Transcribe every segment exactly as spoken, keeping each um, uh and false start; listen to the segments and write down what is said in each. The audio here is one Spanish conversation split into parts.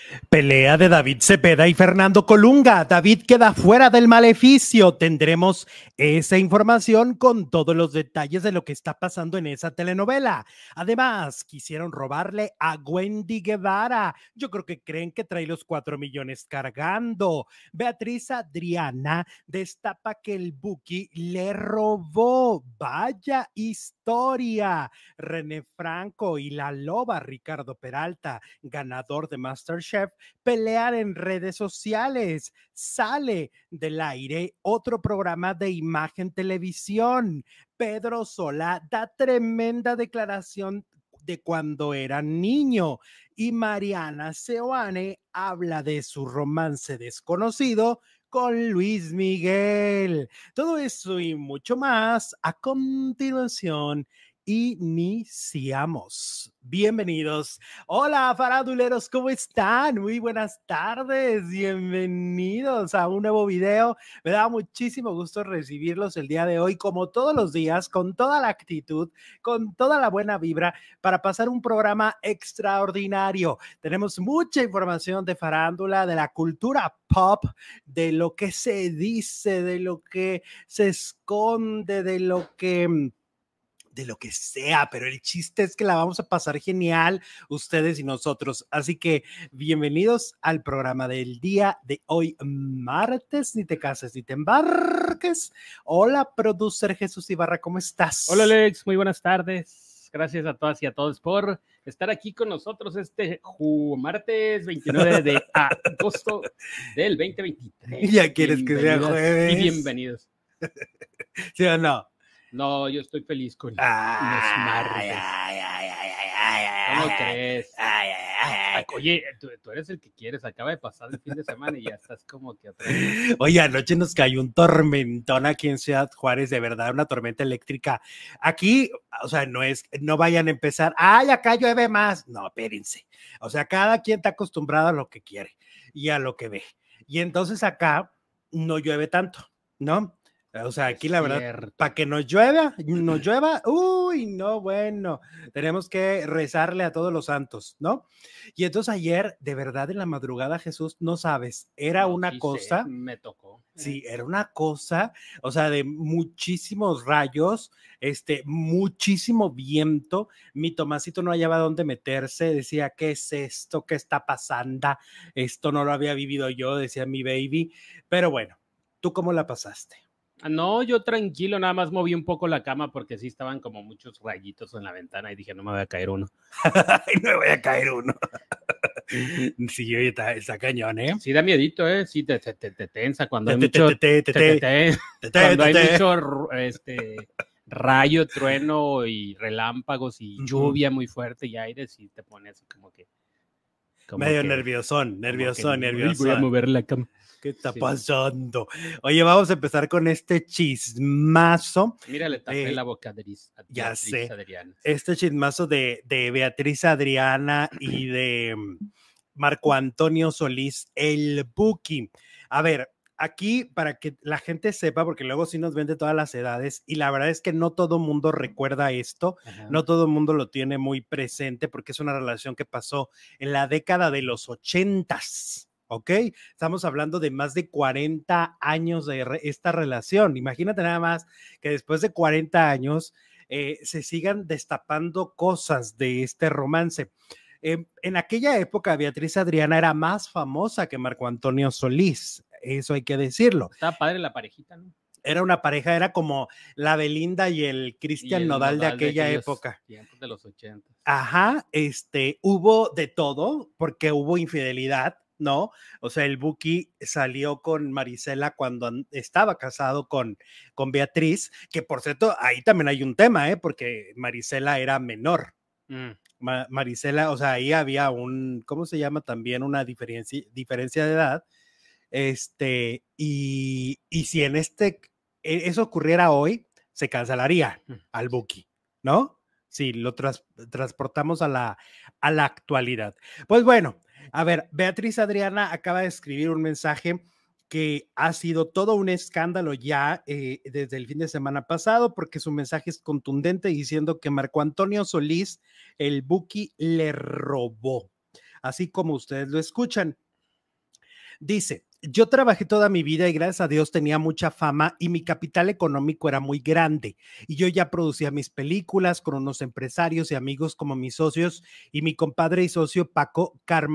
Pelea de David Cepeda y Fernando Colunga. David queda fuera del maleficio. Tendremos esa información con todos los detalles de lo que está pasando en esa telenovela. Además, quisieron robarle a Wendy Guevara. Yo creo que creen que trae los cuatro millones cargando. Beatriz Adriana destapa que el Buki le robó. Vaya historia. René Franco y la loba Ricardo Peralta, ganador de MasterChef, pelear en redes sociales. Sale del aire otro programa de Imagen Televisión. Pedro Sola da tremenda declaración de cuando era niño y Mariana Seoane habla de su romance desconocido con Luis Miguel. Todo eso y mucho más a continuación. Iniciamos. Bienvenidos. Hola, faranduleros, ¿cómo están? Muy buenas tardes. Bienvenidos a un nuevo video. Me da muchísimo gusto recibirlos el día de hoy, como todos los días, con toda la actitud, con toda la buena vibra, para pasar un programa extraordinario. Tenemos mucha información de farándula, de la cultura pop, de lo que se dice, de lo que se esconde, de lo que... de lo que sea, pero el chiste es que la vamos a pasar genial ustedes y nosotros. Así que bienvenidos al programa del día de hoy, martes. Ni te cases ni te embarques. Hola, producer Jesús Ibarra, ¿cómo estás? Hola, Alex, muy buenas tardes. Gracias a todas y a todos por estar aquí con nosotros este martes veintinueve de agosto del veinte veintitrés. Ya quieres que sea jueves. Y bienvenidos. ¿Sí o no? No, yo estoy feliz con ay, los martes. Ay, ay, ay, ay, ay, ¿Cómo ay, crees? Ay, ay, ay. Oye, tú, tú eres el que quieres. Acaba de pasar el fin de semana y ya estás como que otra vez. Oye, anoche nos cayó un tormentón aquí en Ciudad Juárez, de verdad, una tormenta eléctrica. Aquí, o sea, no es, no vayan a empezar, ay, acá llueve más. No, espérense. O sea, cada quien está acostumbrado a lo que quiere y a lo que ve. Y entonces acá no llueve tanto, ¿no? O sea, aquí la verdad, para que nos llueva, nos llueva, uy, no, bueno, tenemos que rezarle a todos los santos, ¿no? Y entonces ayer, de verdad, en la madrugada, Jesús, no sabes, era no, una sí cosa. Sé, me tocó. Sí, era una cosa, o sea, de muchísimos rayos, este, muchísimo viento. Mi Tomasito no hallaba dónde meterse, decía, ¿qué es esto? ¿Qué está pasando? Esto no lo había vivido yo, decía mi baby. Pero bueno, ¿tú cómo la pasaste? No, yo tranquilo, nada más moví un poco la cama porque sí estaban como muchos rayitos en la ventana y dije, no me voy a caer uno. No me voy a caer uno. Sí, oye, está, está cañón, ¿eh? Sí da miedito, ¿eh? Sí te, te, te, te tensa cuando hay mucho... Cuando hay mucho este, rayo, trueno y relámpagos y uh-huh. lluvia muy fuerte y aire, sí te pone así como que... Como Medio que, nerviosón, nerviosón, que, nerviosón. Voy a mover la cama. ¿Qué está sí. pasando? Oye, vamos a empezar con este chismazo. Mira, le tapé eh, la boca a Beatriz, a ya Beatriz sé. Adriana. Este chismazo de, de Beatriz Adriana y de Marco Antonio Solís, el Buki. A ver, aquí para que la gente sepa, porque luego sí nos ven de todas las edades, y la verdad es que no todo mundo recuerda esto, ajá. No todo mundo lo tiene muy presente, porque es una relación que pasó en la década de los ochentas. ¿Ok? Estamos hablando de más de cuarenta años de re esta relación. Imagínate nada más que después de cuarenta años eh, se sigan destapando cosas de este romance. Eh, en aquella época, Beatriz Adriana era más famosa que Marco Antonio Solís. Eso hay que decirlo. Estaba padre la parejita, ¿no? Era una pareja, era como la Belinda y el Cristian Nodal, Nodal de aquella de época. Tiempos de los ochenta. Ajá, este, hubo de todo, porque hubo infidelidad, ¿no? O sea, el Buki salió con Marisela cuando estaba casado con, con Beatriz, que por cierto, ahí también hay un tema, ¿eh? Porque Marisela era menor. Mm. Ma Marisela, o sea, ahí había un, ¿cómo se llama? También una diferencia, diferencia de edad. Este, y, y si en este, eso ocurriera hoy, se cancelaría al Buki, ¿no? Si lo tras, transportamos a la, a la actualidad. Pues bueno, a ver, Beatriz Adriana acaba de escribir un mensaje que ha sido todo un escándalo ya eh, desde el fin de semana pasado, porque su mensaje es contundente diciendo que Marco Antonio Solís, el Buki, le robó. así como ustedes lo escuchan. Dice, yo trabajé toda mi vida y gracias a Dios tenía mucha fama y mi capital económico era muy grande y yo ya producía mis películas con unos empresarios y amigos como mis socios y mi compadre y socio Paco Car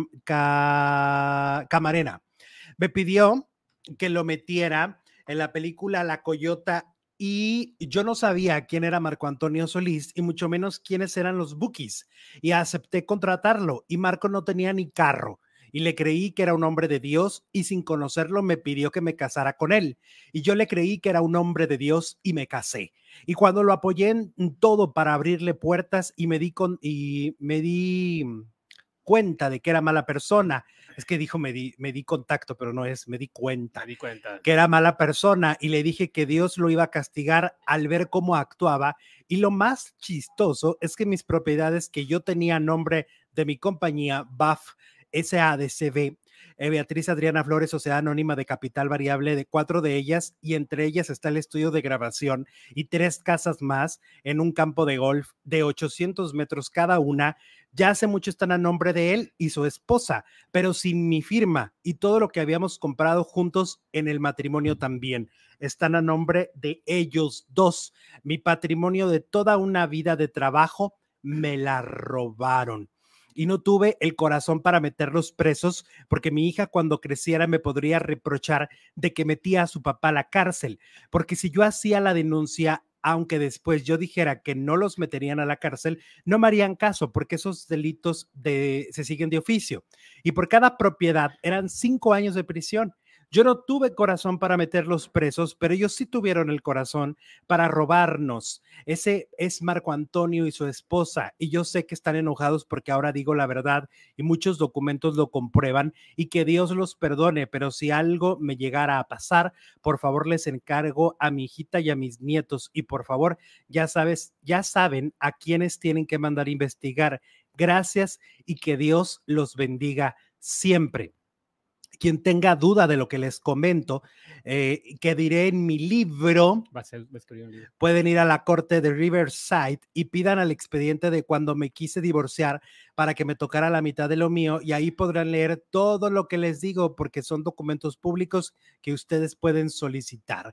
Ca Camarena. Me pidió que lo metiera en la película La Coyota y yo no sabía quién era Marco Antonio Solís y mucho menos quiénes eran los Bukis y acepté contratarlo y Marco no tenía ni carro y le creí que era un hombre de Dios y sin conocerlo me pidió que me casara con él y yo le creí que era un hombre de Dios y me casé y cuando lo apoyé en todo para abrirle puertas y me di con y me di cuenta de que era mala persona. Es que dijo me di, me di contacto, pero no es, me di cuenta. Me di cuenta. Que era mala persona y le dije que Dios lo iba a castigar al ver cómo actuaba. Y lo más chistoso es que mis propiedades que yo tenía a nombre de mi compañía B A F S A D C B, eh, Beatriz Adriana Flores, Sociedad Anónima de Capital Variable, de cuatro de ellas, y entre ellas está el estudio de grabación y tres casas más en un campo de golf de ochocientos metros cada una. Ya hace mucho están a nombre de él y su esposa, pero sin mi firma y todo lo que habíamos comprado juntos en el matrimonio también. Están a nombre de ellos dos. Mi patrimonio de toda una vida de trabajo me la robaron. Y no tuve el corazón para meterlos presos porque mi hija cuando creciera me podría reprochar de que metía a su papá a la cárcel, porque si yo hacía la denuncia, aunque después yo dijera que no los meterían a la cárcel, no me harían caso porque esos delitos de, se siguen de oficio. Y por cada propiedad eran cinco años de prisión. Yo no tuve corazón para meterlos presos, pero ellos sí tuvieron el corazón para robarnos. Ese es Marco Antonio y su esposa, y yo sé que están enojados porque ahora digo la verdad y muchos documentos lo comprueban y que Dios los perdone, pero si algo me llegara a pasar, por favor les encargo a mi hijita y a mis nietos y por favor, ya sabes, ya saben a quiénes tienen que mandar a investigar. Gracias y que Dios los bendiga siempre. Quien tenga duda de lo que les comento, eh, que diré en mi libro, va a ser, va a escribir un libro, pueden ir a la corte de Riverside y pidan al expediente de cuando me quise divorciar para que me tocara la mitad de lo mío y ahí podrán leer todo lo que les digo porque son documentos públicos que ustedes pueden solicitar.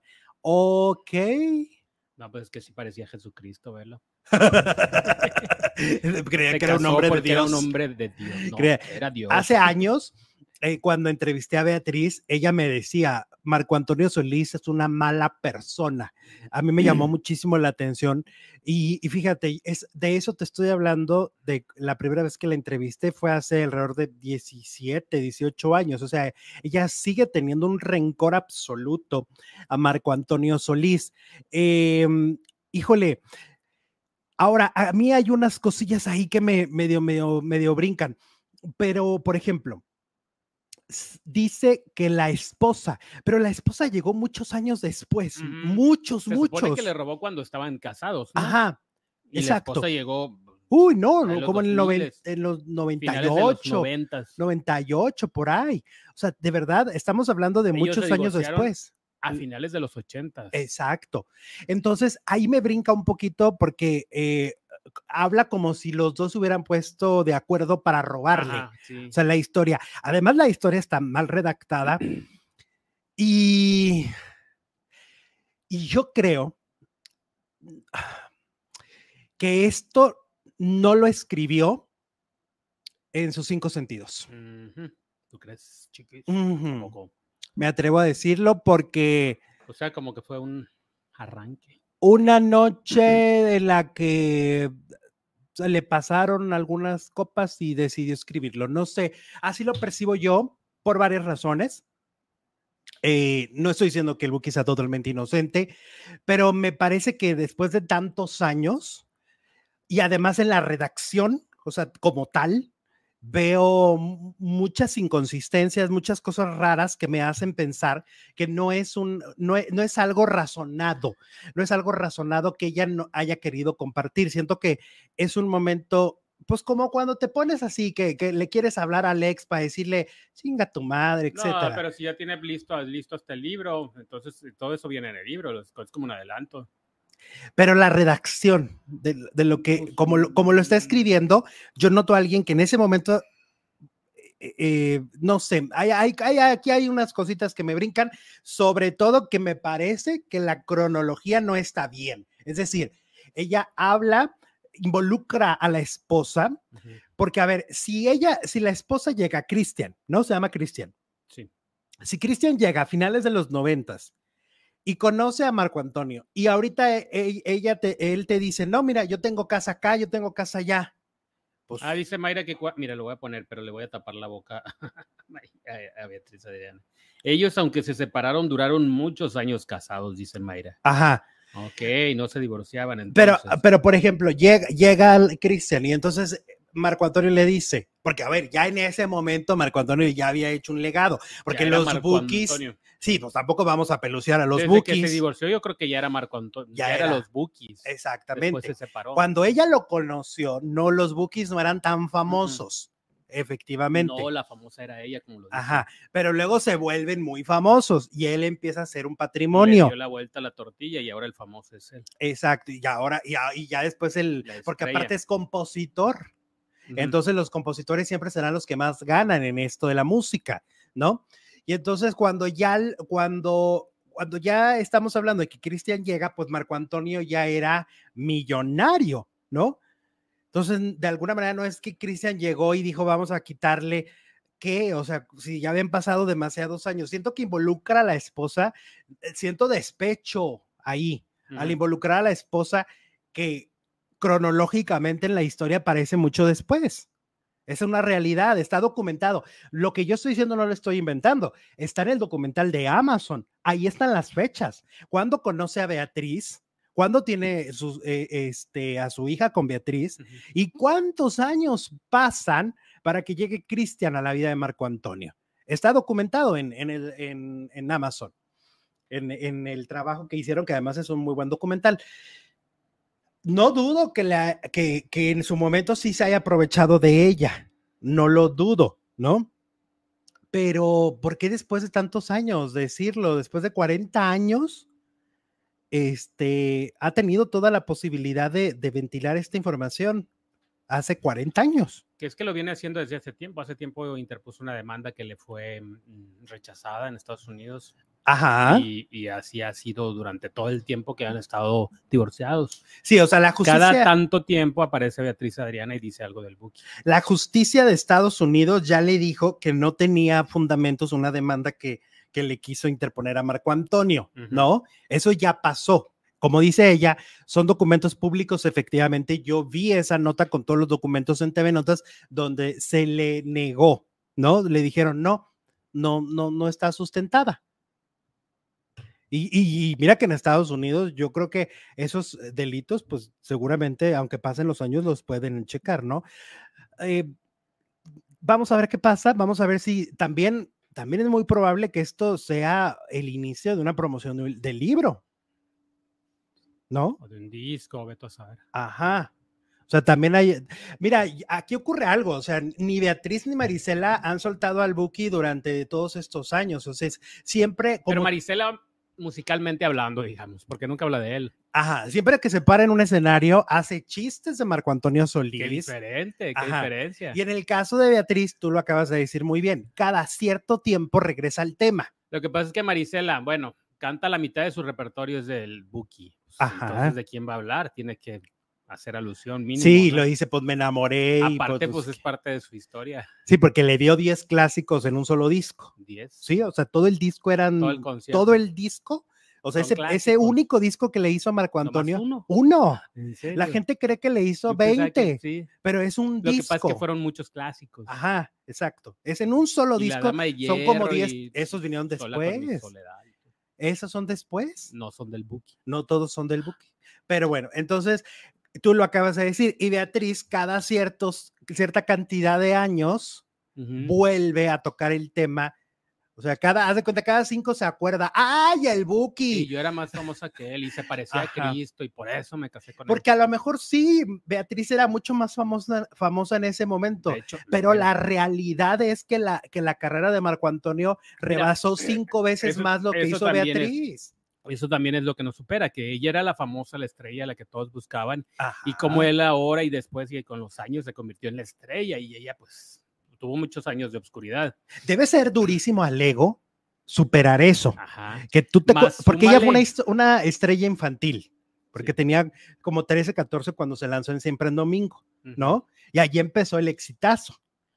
Ok. No, pues es que sí parecía Jesucristo, verlo. Creía que era un hombre de Dios. Era un hombre de Dios. No, Creía. Era Dios. Hace años, eh, cuando entrevisté a Beatriz, ella me decía, Marco Antonio Solís es una mala persona. A mí me llamó muchísimo la atención y, y fíjate, es, de eso te estoy hablando, de la primera vez que la entrevisté fue hace alrededor de diecisiete, dieciocho años, o sea, ella sigue teniendo un rencor absoluto a Marco Antonio Solís. Eh, híjole, ahora, a mí hay unas cosillas ahí que me medio, medio, medio brincan, pero, por ejemplo, dice que la esposa, pero la esposa llegó muchos años después, uh-huh. muchos, Se muchos. Se supone que le robó cuando estaban casados, ¿no? Ajá, y exacto. La esposa llegó... Uy, no, no como en, el noven, en los noventa y ocho, los noventa y ocho, por ahí. O sea, de verdad, estamos hablando de Ellos muchos años después. A finales de los ochentas. Exacto. Entonces, ahí me brinca un poquito porque eh, habla como si los dos hubieran puesto de acuerdo para robarle. Ajá, sí. O sea, la historia. Además, la historia está mal redactada y, y yo creo que esto no lo escribió en sus cinco sentidos. Uh-huh. ¿Tú crees, chiquis? Uh-huh. Me atrevo a decirlo porque... O sea, como que fue un arranque. Una noche en la que le pasaron algunas copas y decidió escribirlo. No sé, así lo percibo yo por varias razones. Eh, no estoy diciendo que el Buki sea totalmente inocente, pero me parece que después de tantos años y además en la redacción, o sea, como tal, veo muchas inconsistencias, muchas cosas raras que me hacen pensar que no es un, no es, no es algo razonado, no es algo razonado que ella no haya querido compartir. Siento que es un momento, pues como cuando te pones así, que, que le quieres hablar a Alex para decirle, chinga tu madre, etcétera. No, pero si ya tiene listo, listo hasta el libro, entonces todo eso viene en el libro, es como un adelanto. Pero la redacción de, de lo que, como lo, como lo está escribiendo, yo noto a alguien que en ese momento eh, no sé, hay, hay, hay, aquí hay unas cositas que me brincan, sobre todo que me parece que la cronología no está bien. Es decir, ella habla, involucra a la esposa, uh-huh. porque a ver, si ella, si la esposa llega, Cristian, ¿no? Se llama Cristian. Sí. Si Cristian llega a finales de los noventas y conoce a Marco Antonio y ahorita ella te, él te dice, no, mira, yo tengo casa acá, yo tengo casa allá. Pues, ah, dice Mayra que, mira, lo voy a poner, pero le voy a tapar la boca a, a Beatriz Adriana. Ellos, aunque se separaron, duraron muchos años casados, dice Mayra. Ajá. Ok, no se divorciaban entonces. Pero, pero por ejemplo, llega, llega Cristian y entonces Marco Antonio le dice, porque a ver, ya en ese momento Marco Antonio ya había hecho un legado, porque los Bukis, sí, pues tampoco vamos a peluciar a los Desde Bukis. que se divorció, yo creo que ya era Marco Antonio, ya, ya era, era los Bukis. Exactamente. Después se separó. Cuando ella lo conoció, no, los Bukis no eran tan famosos. Uh-huh. Efectivamente. No, la famosa era ella, como lo dice. Ajá, pero luego se vuelven muy famosos y él empieza a hacer un patrimonio. Le dio la vuelta a la tortilla y ahora el famoso es él. Exacto, y ahora, y ya, y ya después el, porque aparte es compositor. Uh-huh. Entonces los compositores siempre serán los que más ganan en esto de la música, ¿no? Y entonces cuando ya, cuando, cuando ya estamos hablando de que Cristian llega, pues Marco Antonio ya era millonario, ¿no? Entonces, de alguna manera no es que Cristian llegó y dijo, vamos a quitarle, ¿qué? O sea, si ya habían pasado demasiados años. Siento que involucra a la esposa, siento despecho ahí, uh-huh. al involucrar a la esposa que cronológicamente en la historia aparece mucho después. Es una realidad, está documentado. Lo que yo estoy diciendo no lo estoy inventando, está en el documental de Amazon. Ahí están las fechas. Cuando conoce a Beatriz, cuándo tiene su, eh, este, a su hija con Beatriz, uh-huh. y cuántos años pasan para que llegue Cristian a la vida de Marco Antonio. Está documentado en, en, el, en, en Amazon, en, en el trabajo que hicieron, que además es un muy buen documental. No dudo que, la, que, que en su momento sí se haya aprovechado de ella, no lo dudo, ¿no? Pero ¿por qué después de tantos años decirlo? Después de cuarenta años, este, ha tenido toda la posibilidad de, de ventilar esta información hace cuarenta años. Que es que lo viene haciendo desde hace tiempo. Hace tiempo interpuso una demanda que le fue rechazada en Estados Unidos. Ajá. Y, y así ha sido durante todo el tiempo que han estado divorciados. Sí, o sea, la justicia... Cada tanto tiempo aparece Beatriz Adriana y dice algo del Buki. La justicia de Estados Unidos ya le dijo que no tenía fundamentos una demanda que, que le quiso interponer a Marco Antonio, uh-huh. ¿no? Eso ya pasó. Como dice ella, son documentos públicos, efectivamente. Yo vi esa nota con todos los documentos en T V Notas donde se le negó, ¿no? Le dijeron, no, no, no, no está sustentada. Y, y, y mira que en Estados Unidos yo creo que esos delitos, pues seguramente, aunque pasen los años, los pueden checar, ¿no? Eh, vamos a ver qué pasa, vamos a ver si también, también es muy probable que esto sea el inicio de una promoción del de libro, ¿no? O de un disco, vete a saber. Ajá. O sea, también hay, mira, aquí ocurre algo, o sea, ni Beatriz ni Marisela han soltado al Buki durante todos estos años, o sea, es siempre... Como... Pero Marisela... musicalmente hablando, digamos, porque nunca habla de él. Ajá, siempre que se para en un escenario hace chistes de Marco Antonio Solís. Qué diferente, qué Ajá. diferencia. Y en el caso de Beatriz, tú lo acabas de decir muy bien, cada cierto tiempo regresa al tema. Lo que pasa es que Marisela, bueno, canta la mitad de su repertorio es del Buki. Pues, Ajá. Entonces, ¿de quién va a hablar? Tiene que hacer alusión mínimo. Sí, ¿no? Lo dice, pues me enamoré. Aparte, y, pues, pues es parte de su historia. Sí, porque le dio diez clásicos en un solo disco. diez. Sí, o sea, todo el disco eran... Todo el concierto. Todo el disco... O sea, ese, ese único disco que le hizo a Marco Antonio, uno. uno. ¿En serio? La gente cree que le hizo veinte, sí. pero es un Lo disco. Lo que pasa es que fueron muchos clásicos. Ajá, exacto. Es en un solo y disco, son como diez. Esos vinieron después. ¿Esos son después? No son del Buki. No todos son del Buki. Pero bueno, entonces, tú lo acabas de decir, y Beatriz cada ciertos, cierta cantidad de años uh-huh. vuelve a tocar el tema. O sea, cada, haz de cuenta, cada cinco se acuerda, ¡ay, el Buki! Y yo era más famosa que él y se parecía Ajá. a Cristo y por eso me casé con Porque él. Porque a lo mejor sí, Beatriz era mucho más famosa, famosa en ese momento, hecho, pero la realidad es que la, que la carrera de Marco Antonio rebasó Mira, cinco veces eso, más lo que hizo Beatriz. Es, eso también es lo que nos supera, que ella era la famosa, la estrella, la que todos buscaban, Ajá. y como él ahora y después y con los años se convirtió en la estrella y ella pues... tuvo muchos años de oscuridad. Debe ser durísimo al ego superar eso. Ajá. Que tú te Más, porque súmale. ella fue una, una estrella infantil, porque Sí. tenía como trece, catorce cuando se lanzó en Siempre en Domingo, ¿no? Uh-huh. Y allí empezó el exitazo.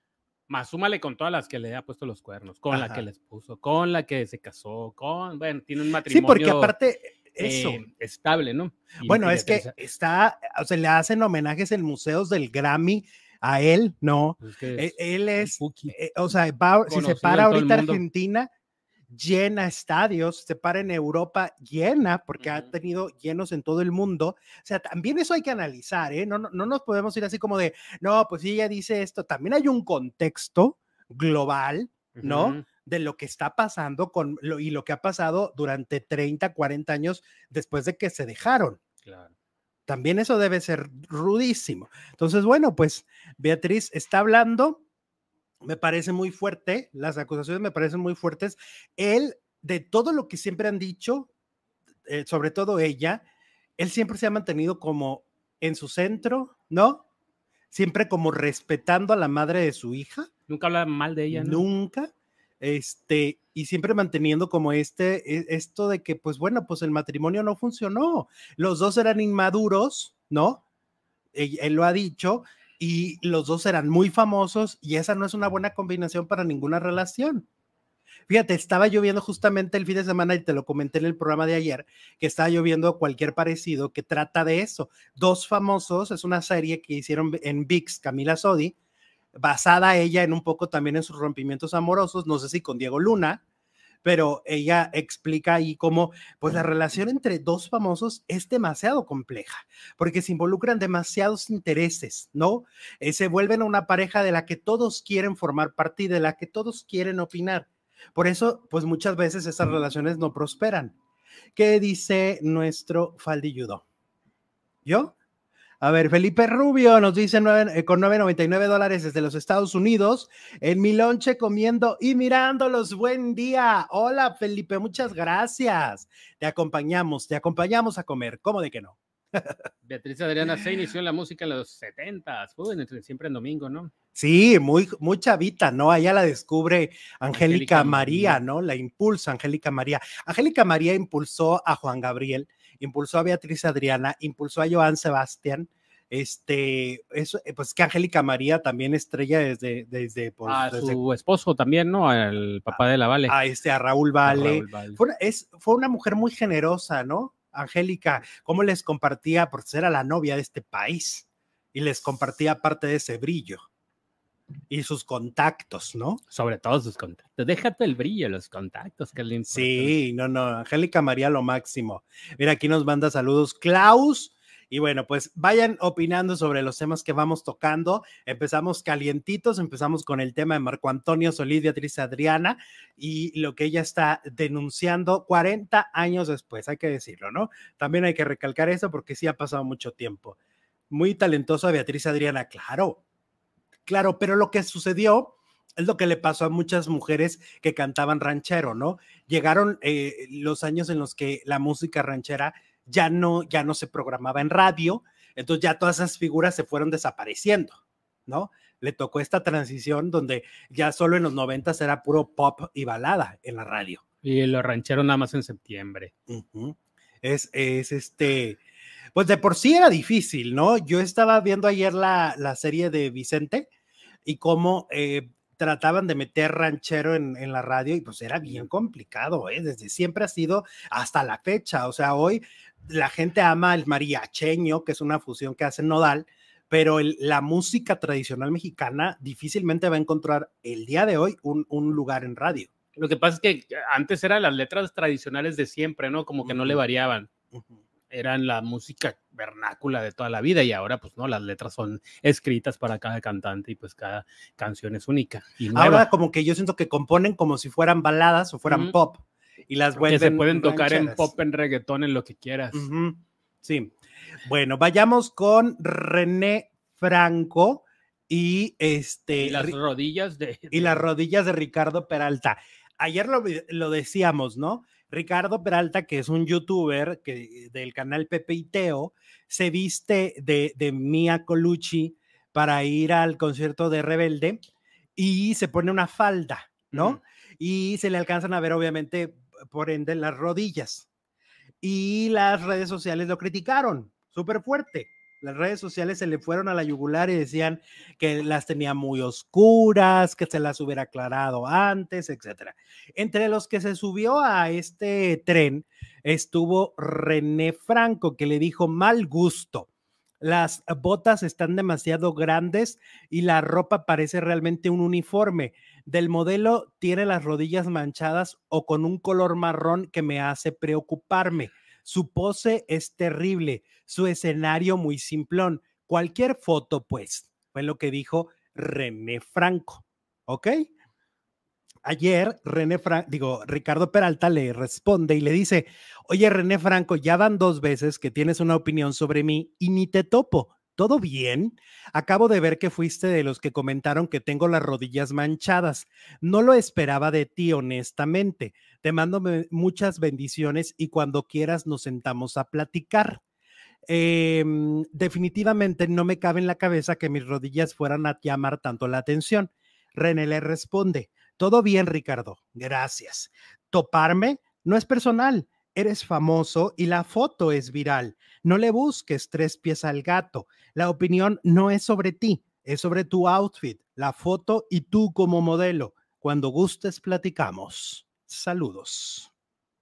Más súmale con todas las que le ha puesto los cuernos, con Ajá. la que les puso, con la que se casó, con, bueno, tiene un matrimonio. Sí, porque aparte, eso. Eh, estable, ¿no? Y, bueno, y es que está, o sea, le hacen homenajes en museos del Grammy a él, ¿no? Pues que es él es, eh, o sea, va, si se para ahorita Argentina, llena estadios, se para en Europa, llena, porque uh-huh. ha tenido llenos en todo el mundo. O sea, también eso hay que analizar, ¿eh? No, no, no nos podemos ir así como de, no, pues si ella dice esto, también hay un contexto global, ¿no? Uh-huh. De lo que está pasando con lo, y lo que ha pasado durante treinta, cuarenta años después de que se dejaron. Claro. También eso debe ser rudísimo. Entonces, bueno, pues Beatriz está hablando. Me parece muy fuerte, las acusaciones me parecen muy fuertes. Él, de todo lo que siempre han dicho, eh, sobre todo ella, él siempre se ha mantenido como en su centro, ¿no? Siempre como respetando a la madre de su hija. Nunca habla mal de ella, ¿no? Nunca. Este, y siempre manteniendo como este, esto de que, pues bueno, pues el matrimonio no funcionó. Los dos eran inmaduros, ¿no? Él, él lo ha dicho. Y los dos eran muy famosos y esa no es una buena combinación para ninguna relación. Fíjate, estaba lloviendo justamente el fin de semana y te lo comenté en el programa de ayer, que estaba lloviendo cualquier parecido que trata de eso. Dos famosos, es una serie que hicieron en ViX, Camila Sodi, basada ella en un poco también en sus rompimientos amorosos, no sé si con Diego Luna, pero ella explica ahí cómo pues la relación entre dos famosos es demasiado compleja, porque se involucran demasiados intereses, ¿no? Eh, se vuelven una pareja de la que todos quieren formar parte y de la que todos quieren opinar. Por eso, pues muchas veces esas relaciones no prosperan. ¿Qué dice nuestro faldilludo? ¿Yo? A ver, Felipe Rubio nos dice nueve, eh, con nueve noventa y nueve dólares desde los Estados Unidos, en mi lonche comiendo y mirándolos. Buen día. Hola, Felipe, muchas gracias. Te acompañamos, te acompañamos a comer. ¿Cómo de que no? Beatriz Adriana se inició en la música en los setentas, uh, en, siempre en domingo, ¿no? Sí, muy, muy chavita, ¿no? Allá la descubre Angélica María, María, ¿no? La impulsa Angélica María. Angélica María impulsó a Juan Gabriel, impulsó a Beatriz Adriana, impulsó a Joan Sebastián, este, eso, pues que Angélica María también estrella desde, desde, pues, a desde, su esposo también, ¿no? Al papá de la Vale. A este, a Raúl Vale. A Raúl Vale. Fue, una, es, fue una mujer muy generosa, ¿no? Angélica, cómo les compartía, porque era la novia de este país, y les compartía parte de ese brillo. Y sus contactos, ¿no? Sobre todo sus contactos. Déjate el brillo, los contactos, que le Sí, no, no, Angélica María lo máximo. Mira, aquí nos manda saludos Klaus. Y bueno, pues vayan opinando sobre los temas que vamos tocando. Empezamos calientitos, empezamos con el tema de Marco Antonio Solís, Beatriz Adriana y lo que ella está denunciando cuarenta años después, hay que decirlo, ¿no? También hay que recalcar eso porque sí ha pasado mucho tiempo. Muy talentosa Beatriz Adriana, claro. Claro, pero lo que sucedió es lo que le pasó a muchas mujeres que cantaban ranchero, ¿no? Llegaron eh, los años en los que la música ranchera ya no, ya no se programaba en radio, entonces ya todas esas figuras se fueron desapareciendo, ¿no? Le tocó esta transición donde ya solo en los noventas era puro pop y balada en la radio. Y lo ranchero nada más en septiembre. Uh-huh. Es, es este... Pues de por sí era difícil, ¿no? Yo estaba viendo ayer la, la serie de Vicente y cómo eh, trataban de meter ranchero en, en la radio y pues era bien complicado, ¿eh? Desde siempre ha sido hasta la fecha, o sea, hoy la gente ama el mariacheño, que es una fusión que hace Nodal, pero el, la música tradicional mexicana difícilmente va a encontrar el día de hoy un, un lugar en radio. Lo que pasa es que antes eran las letras tradicionales de siempre, ¿no? Como que uh-huh. no le variaban. Uh-huh. Eran la música vernácula de toda la vida y ahora pues no, las letras son escritas para cada cantante y pues cada canción es única y nueva. Ahora como que yo siento que componen como si fueran baladas o fueran uh-huh. pop y las vuelven que se pueden tocar rancheras. En pop, en reggaetón, en lo que quieras. Uh-huh. Sí, bueno, vayamos con René Franco y este y las rodillas de, de... y las rodillas de Ricardo Peralta. Ayer lo, lo decíamos, ¿no? Ricardo Peralta, que es un youtuber que, del canal Pepe y Teo, se viste de, de Mia Colucci para ir al concierto de Rebelde y se pone una falda, ¿no? Mm. Y se le alcanzan a ver, obviamente, por ende, las rodillas. Y las redes sociales lo criticaron súper fuerte. Las redes sociales se le fueron a la yugular y decían que las tenía muy oscuras, que se las hubiera aclarado antes, etcétera. Entre los que se subió a este tren estuvo René Franco, que le dijo mal gusto. Las botas están demasiado grandes y la ropa parece realmente un uniforme. Del modelo tiene las rodillas manchadas o con un color marrón que me hace preocuparme. Su pose es terrible, su escenario muy simplón. Cualquier foto, pues, fue lo que dijo René Franco. ¿Ok? Ayer René Franco, digo, Ricardo Peralta le responde y le dice, oye René Franco, ya van dos veces que tienes una opinión sobre mí y ni te topo. ¿Todo bien? Acabo de ver que fuiste de los que comentaron que tengo las rodillas manchadas. No lo esperaba de ti, honestamente. Te mando muchas bendiciones y cuando quieras nos sentamos a platicar. Eh, definitivamente no me cabe en la cabeza que mis rodillas fueran a llamar tanto la atención. René le responde, todo bien, Ricardo, gracias. Toparme no es personal, eres famoso y la foto es viral. No le busques tres pies al gato. La opinión no es sobre ti, es sobre tu outfit, la foto y tú como modelo. Cuando gustes, platicamos. Saludos.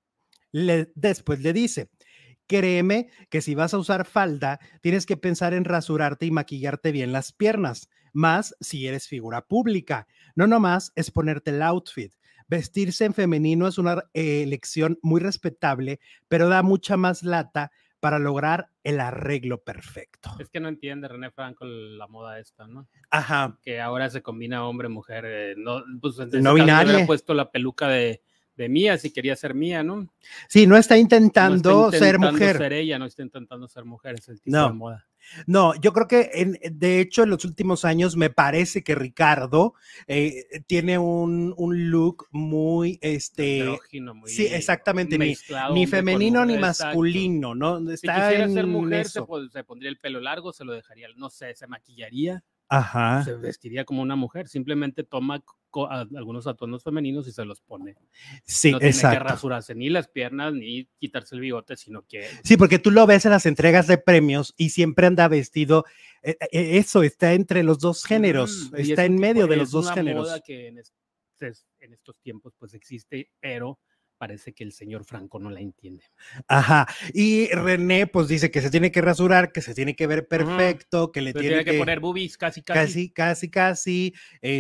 Le, después le dice, créeme que si vas a usar falda, tienes que pensar en rasurarte y maquillarte bien las piernas, más si eres figura pública. No nomás es ponerte el outfit. Vestirse en femenino es una eh, elección muy respetable, pero da mucha más lata para lograr el arreglo perfecto. Es que no entiende René Franco la moda esta, ¿no? Ajá. Que ahora se combina hombre-mujer. Eh, no, pues en no binaria. Hubiera puesto la peluca de, de Mía si quería ser Mía, ¿no? Sí, no está intentando, no está intentando ser mujer. ser ella, no está intentando ser mujer, es el tipo no. de moda. No, yo creo que en, de hecho en los últimos años me parece que Ricardo eh, tiene un, un look muy este andrógino, muy sí, exactamente, ni, ni femenino ni masculino, ¿no? Está si quisiera en ser mujer se, se pondría el pelo largo, se lo dejaría, no sé, se maquillaría. Ajá. Se vestiría como una mujer, simplemente toma algunos atuendos femeninos y se los pone. Sí, no tiene exacto. que rasurarse ni las piernas ni quitarse el bigote, sino que... Sí, porque tú lo ves en las entregas de premios y siempre anda vestido, eh, eh, eso, está entre los dos géneros, mm, está en medio tipo, de los dos géneros. Es una moda que en, es, en estos tiempos pues existe, pero parece que el señor Franco no la entiende. Ajá, y René pues dice que se tiene que rasurar, que se tiene que ver perfecto, uh-huh. que le tiene, tiene que, que poner boobies casi, casi. Casi, casi, casi,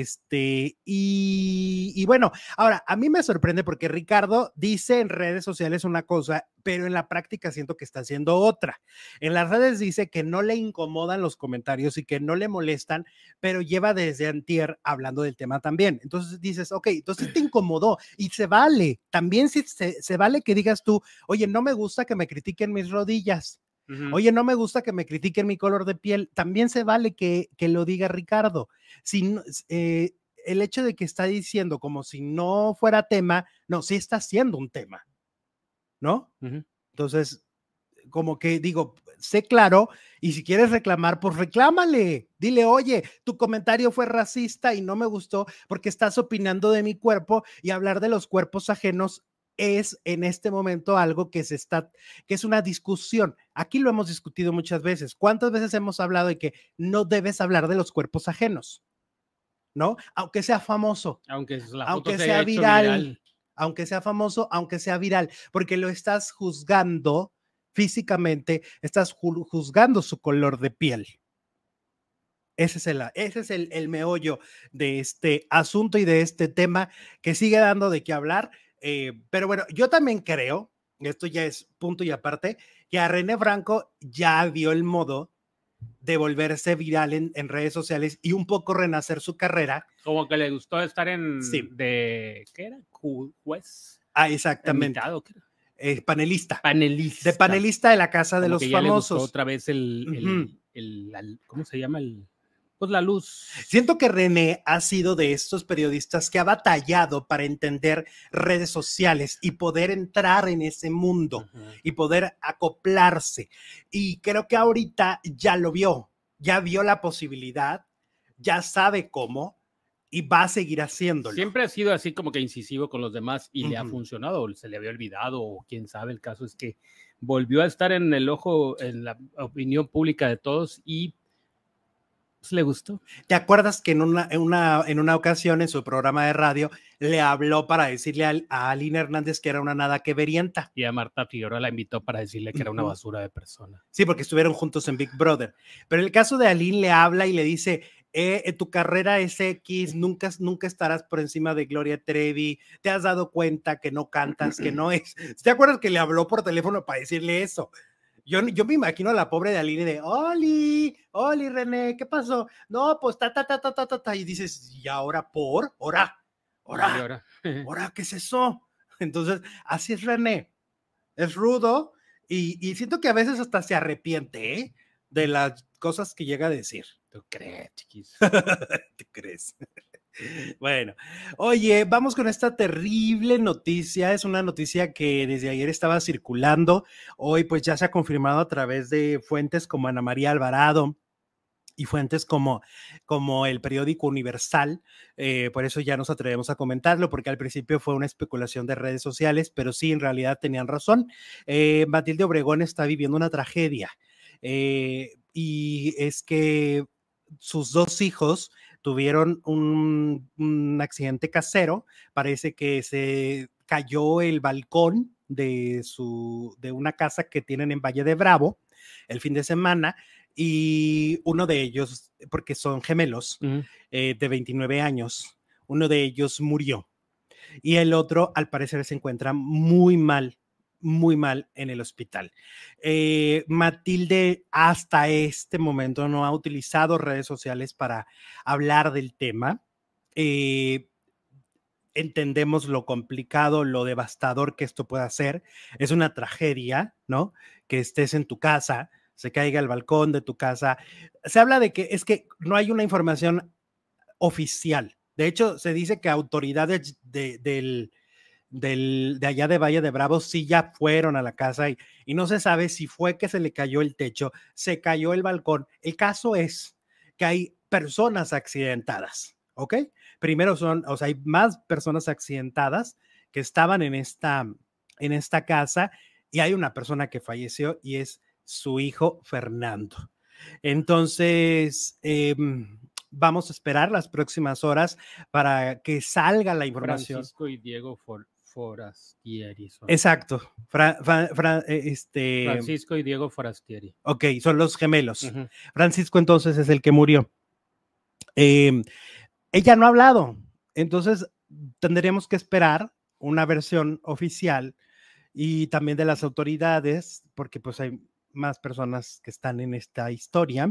este, y, y bueno, ahora, a mí me sorprende porque Ricardo dice en redes sociales una cosa, pero en la práctica siento que está haciendo otra. En las redes dice que no le incomodan los comentarios y que no le molestan, pero lleva desde antier hablando del tema también. Entonces dices, ok, entonces te incomodó y se vale, también se, se, se vale que digas tú, oye, no me gusta que me critiquen mis rodillas. Uh-huh. Oye, no me gusta que me critiquen mi color de piel. También se vale que, que lo diga Ricardo. Si, eh, el hecho de que está diciendo como si no fuera tema, no, sí está siendo un tema, ¿no? Uh-huh. Entonces, como que digo, sé claro, y si quieres reclamar, pues reclámale. Dile, oye, tu comentario fue racista y no me gustó porque estás opinando de mi cuerpo y hablar de los cuerpos ajenos es en este momento algo que se está, que es una discusión. Aquí lo hemos discutido muchas veces. ¿Cuántas veces hemos hablado de que no debes hablar de los cuerpos ajenos? ¿No? Aunque sea famoso, aunque, la foto aunque se sea haya viral, hecho viral, aunque sea famoso, aunque sea viral, porque lo estás juzgando físicamente, estás juzgando su color de piel. Ese es, el, ese es el, el meollo de este asunto y de este tema que sigue dando de qué hablar. Eh, pero bueno, yo también creo, esto ya es punto y aparte, que a René Franco ya vio el modo de volverse viral en, en redes sociales y un poco renacer su carrera. Como que le gustó estar en sí. de, ¿qué era? ¿Juez? Ah, exactamente. Invitado, ¿qué era? Eh, panelista. Panelista. De panelista de la Casa Como de los que ya Famosos. Le gustó otra vez el, el, uh-huh. el, el, ¿cómo se llama? El... Pues la luz. Siento que René ha sido de estos periodistas que ha batallado para entender redes sociales y poder entrar en ese mundo uh-huh. y poder acoplarse. Y creo que ahorita ya lo vio, ya vio la posibilidad, ya sabe cómo y va a seguir haciéndolo. Siempre ha sido así como que incisivo con los demás y uh-huh. le ha funcionado, o se le había olvidado, o quién sabe. El caso es que volvió a estar en el ojo, en la opinión pública de todos y pues, le gustó. ¿Te acuerdas que en una, en, una, en una ocasión en su programa de radio le habló para decirle a, a Aline Hernández que era una nada que verienta? Y a Marta Figueroa la invitó para decirle que uh-huh. era una basura de persona. Sí, porque estuvieron juntos en Big Brother. Pero en el caso de Aline le habla y le dice... Eh, tu carrera es X, nunca, nunca estarás por encima de Gloria Trevi, te has dado cuenta que no cantas, que no es. ¿Te acuerdas que le habló por teléfono para decirle eso? Yo, yo me imagino a la pobre de Aline de, Oli, Oli, René, ¿qué pasó? No, pues ta, ta, ta, ta, ta, ta, ta. Y dices, ¿y ahora por? ¿Hora? ¿Hora? ¿Hora? ¿Hora? ¿Qué es eso? Entonces, así es René. Es rudo y, y siento que a veces hasta se arrepiente, ¿eh? De las cosas que llega a decir. ¿Tú crees, chiquis? ¿Tú crees? Bueno, oye, vamos con esta terrible noticia. Es una noticia que desde ayer estaba circulando. Hoy pues ya se ha confirmado a través de fuentes como Ana María Alvarado y fuentes como, como el periódico Universal. Eh, por eso ya nos atrevemos a comentarlo, porque al principio fue una especulación de redes sociales, pero sí, en realidad tenían razón. Eh, Matilde Obregón está viviendo una tragedia. Eh, y es que sus dos hijos tuvieron un, un accidente casero. Parece que se cayó el balcón de, su, de una casa que tienen en Valle de Bravo el fin de semana y uno de ellos, porque son gemelos, uh-huh. eh, de veintinueve años, uno de ellos murió y el otro al parecer se encuentra muy mal, muy mal en el hospital. Eh, Matilde hasta este momento no ha utilizado redes sociales para hablar del tema. Eh, entendemos lo complicado, lo devastador que esto puede ser. Es una tragedia, ¿no? Que estés en tu casa, se caiga el balcón de tu casa. Se habla de que es que no hay una información oficial. De hecho, se dice que autoridades de, del Del, de allá de Valle de Bravo sí ya fueron a la casa y, y no se sabe si fue que se le cayó el techo, se cayó el balcón. El caso es que hay personas accidentadas, ¿ok? Primero son, o sea, hay más personas accidentadas que estaban en esta, en esta casa y hay una persona que falleció y es su hijo Fernando. Entonces, eh, vamos a esperar las próximas horas para que salga la información. Francisco y Diego For Forastieri. Son. Exacto. Fra Fra Fra este... Francisco y Diego Forastieri. Ok, son los gemelos. Uh-huh. Francisco entonces es el que murió. Eh, ella no ha hablado, entonces tendríamos que esperar una versión oficial y también de las autoridades, porque pues hay más personas que están en esta historia.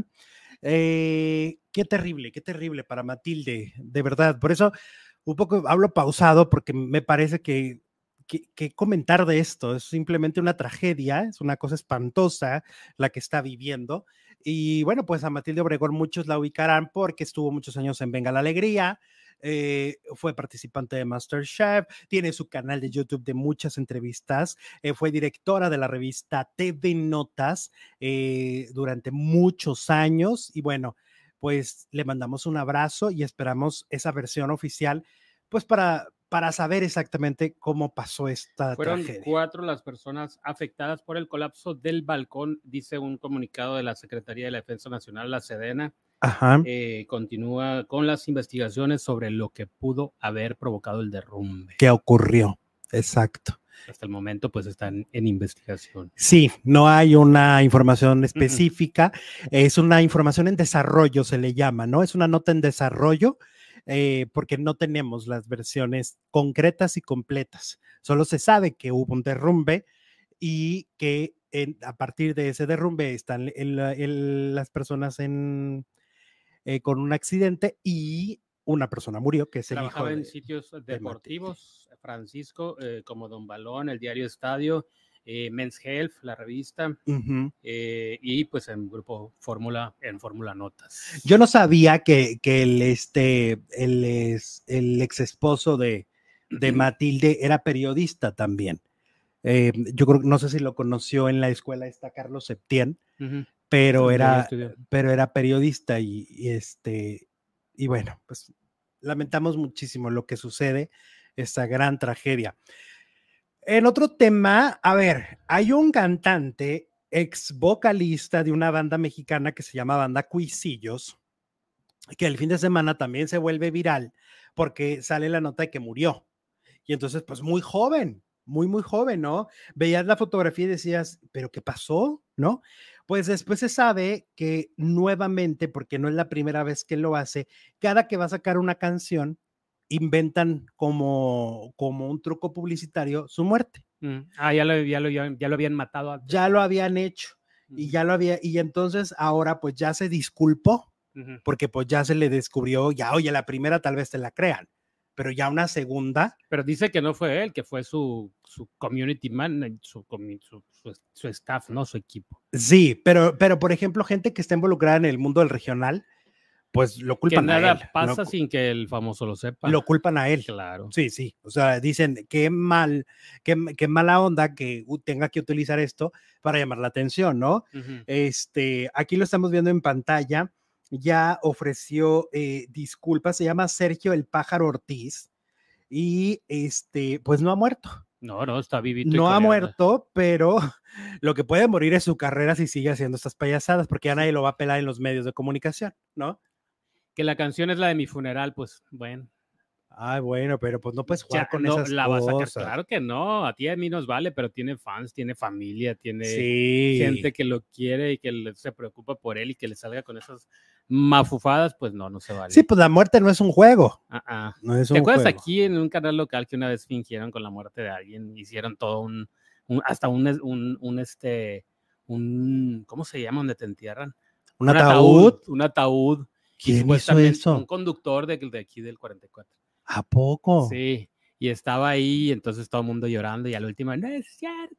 Eh, qué terrible, qué terrible para Matilde, de verdad. Por eso un poco hablo pausado porque me parece que, que, que comentar de esto es simplemente una tragedia, es una cosa espantosa la que está viviendo. Y bueno, pues a Matilde Obregón muchos la ubicarán porque estuvo muchos años en Venga la Alegría. Eh, fue participante de MasterChef, tiene su canal de YouTube de muchas entrevistas, eh, fue directora de la revista T V Notas eh, durante muchos años y bueno, pues le mandamos un abrazo y esperamos esa versión oficial pues para, para saber exactamente cómo pasó esta Fueron tragedia. Cuatro las personas afectadas por el colapso del balcón, dice un comunicado de la Secretaría de la Defensa Nacional, la Sedena. Ajá. Eh, continúa con las investigaciones sobre lo que pudo haber provocado el derrumbe. ¿Qué ocurrió? Exacto. Hasta el momento pues están en investigación. Sí, no hay una información específica, uh-huh. Es una información en desarrollo, se le llama, ¿no? Es una nota en desarrollo eh, porque no tenemos las versiones concretas y completas. Solo se sabe que hubo un derrumbe y que en, a partir de ese derrumbe están el, el, las personas en... Eh, con un accidente y una persona murió, que es el hijo de... Trabajaba en sitios deportivos, de Francisco, eh, como Don Balón, el diario Estadio, eh, Men's Health, la revista, uh-huh. eh, y pues en grupo Fórmula, en Fórmula Notas. Yo no sabía que, que el, este, el, es, el ex esposo de, de Matilde era periodista también. Eh, yo creo, no sé si lo conoció en la escuela esta Carlos Septién, uh-huh. pero, era, pero era periodista y, y este y bueno, pues lamentamos muchísimo lo que sucede, esta gran tragedia. En otro tema, a ver, hay un cantante, ex vocalista de una banda mexicana que se llama Banda Cuisillos, que el fin de semana también se vuelve viral porque sale la nota de que murió. Y entonces, pues muy joven, muy, muy joven, ¿no? Veías la fotografía y decías, ¿pero qué pasó? ¿No? Pues después se sabe que nuevamente, porque no es la primera vez que lo hace, cada que va a sacar una canción, inventan como, como un truco publicitario su muerte. Mm. Ah, ya lo, ya, lo, ya lo habían matado antes. Ya lo habían hecho uh-huh. y ya lo había, y entonces ahora pues ya se disculpó, uh-huh. porque pues ya se le descubrió, ya oye, la primera tal vez te la crean, pero ya una segunda. Pero dice que no fue él, que fue su, su community man, su, su, su, su staff, no su equipo. Sí, pero, pero por ejemplo, gente que está involucrada en el mundo del regional, pues lo culpan que nada a él. pasa ¿no? sin que el famoso lo sepa. Lo culpan a él. Claro. Sí, sí. O sea, dicen qué mal, qué, qué mala onda que tenga que utilizar esto para llamar la atención, ¿no? Uh-huh. Este, aquí lo estamos viendo en pantalla. Ya ofreció eh, disculpas. Se llama Sergio el Pájaro Ortiz y este, pues no ha muerto. No, no, está vivito. No ha muerto, pero lo que puede morir es su carrera si sigue haciendo estas payasadas, porque ya nadie lo va a pelar en los medios de comunicación, ¿no? Que la canción es la de Mi Funeral, pues bueno. Ay, bueno, pero pues no puedes jugar ya, con no, esas la cosas. Va a sacar. Claro que no, a ti y a mí nos vale, pero tiene fans, tiene familia, tiene sí. gente que lo quiere y que le, se preocupa por él y que le salga con esas mafufadas, pues no, no se vale. Sí, pues la muerte no es un juego. Uh-uh. No es ¿Te un acuerdas juego? aquí en un canal local que una vez fingieron con la muerte de alguien? Hicieron todo un, un hasta un, un, un, este, un, ¿cómo se llama? Donde te entierran. ¿Un, un ataúd? ataúd? Un ataúd. ¿Quién hizo eso? Un conductor de, de aquí del cuarenta y cuatro. ¿A poco? Sí, y estaba ahí, entonces todo el mundo llorando y al último, no es cierto.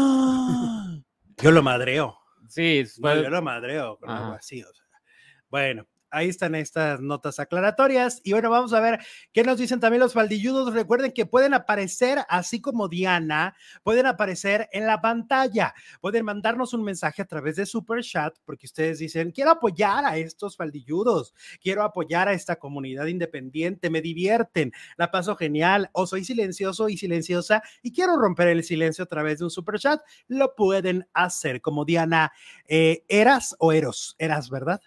¡Ah! Yo lo madreo. Sí, fue... no, yo lo madreo con algo así. O sea. Bueno, ahí están estas notas aclaratorias. Y bueno, vamos a ver qué nos dicen también los faldilludos. Recuerden que pueden aparecer, así como Diana, pueden aparecer en la pantalla. Pueden mandarnos un mensaje a través de Super Chat, porque ustedes dicen, quiero apoyar a estos faldilludos, quiero apoyar a esta comunidad independiente, me divierten, la paso genial, o soy silencioso y silenciosa y quiero romper el silencio a través de un Super Chat. Lo pueden hacer como Diana. Eh, ¿Eras o Eros? Eras, ¿verdad?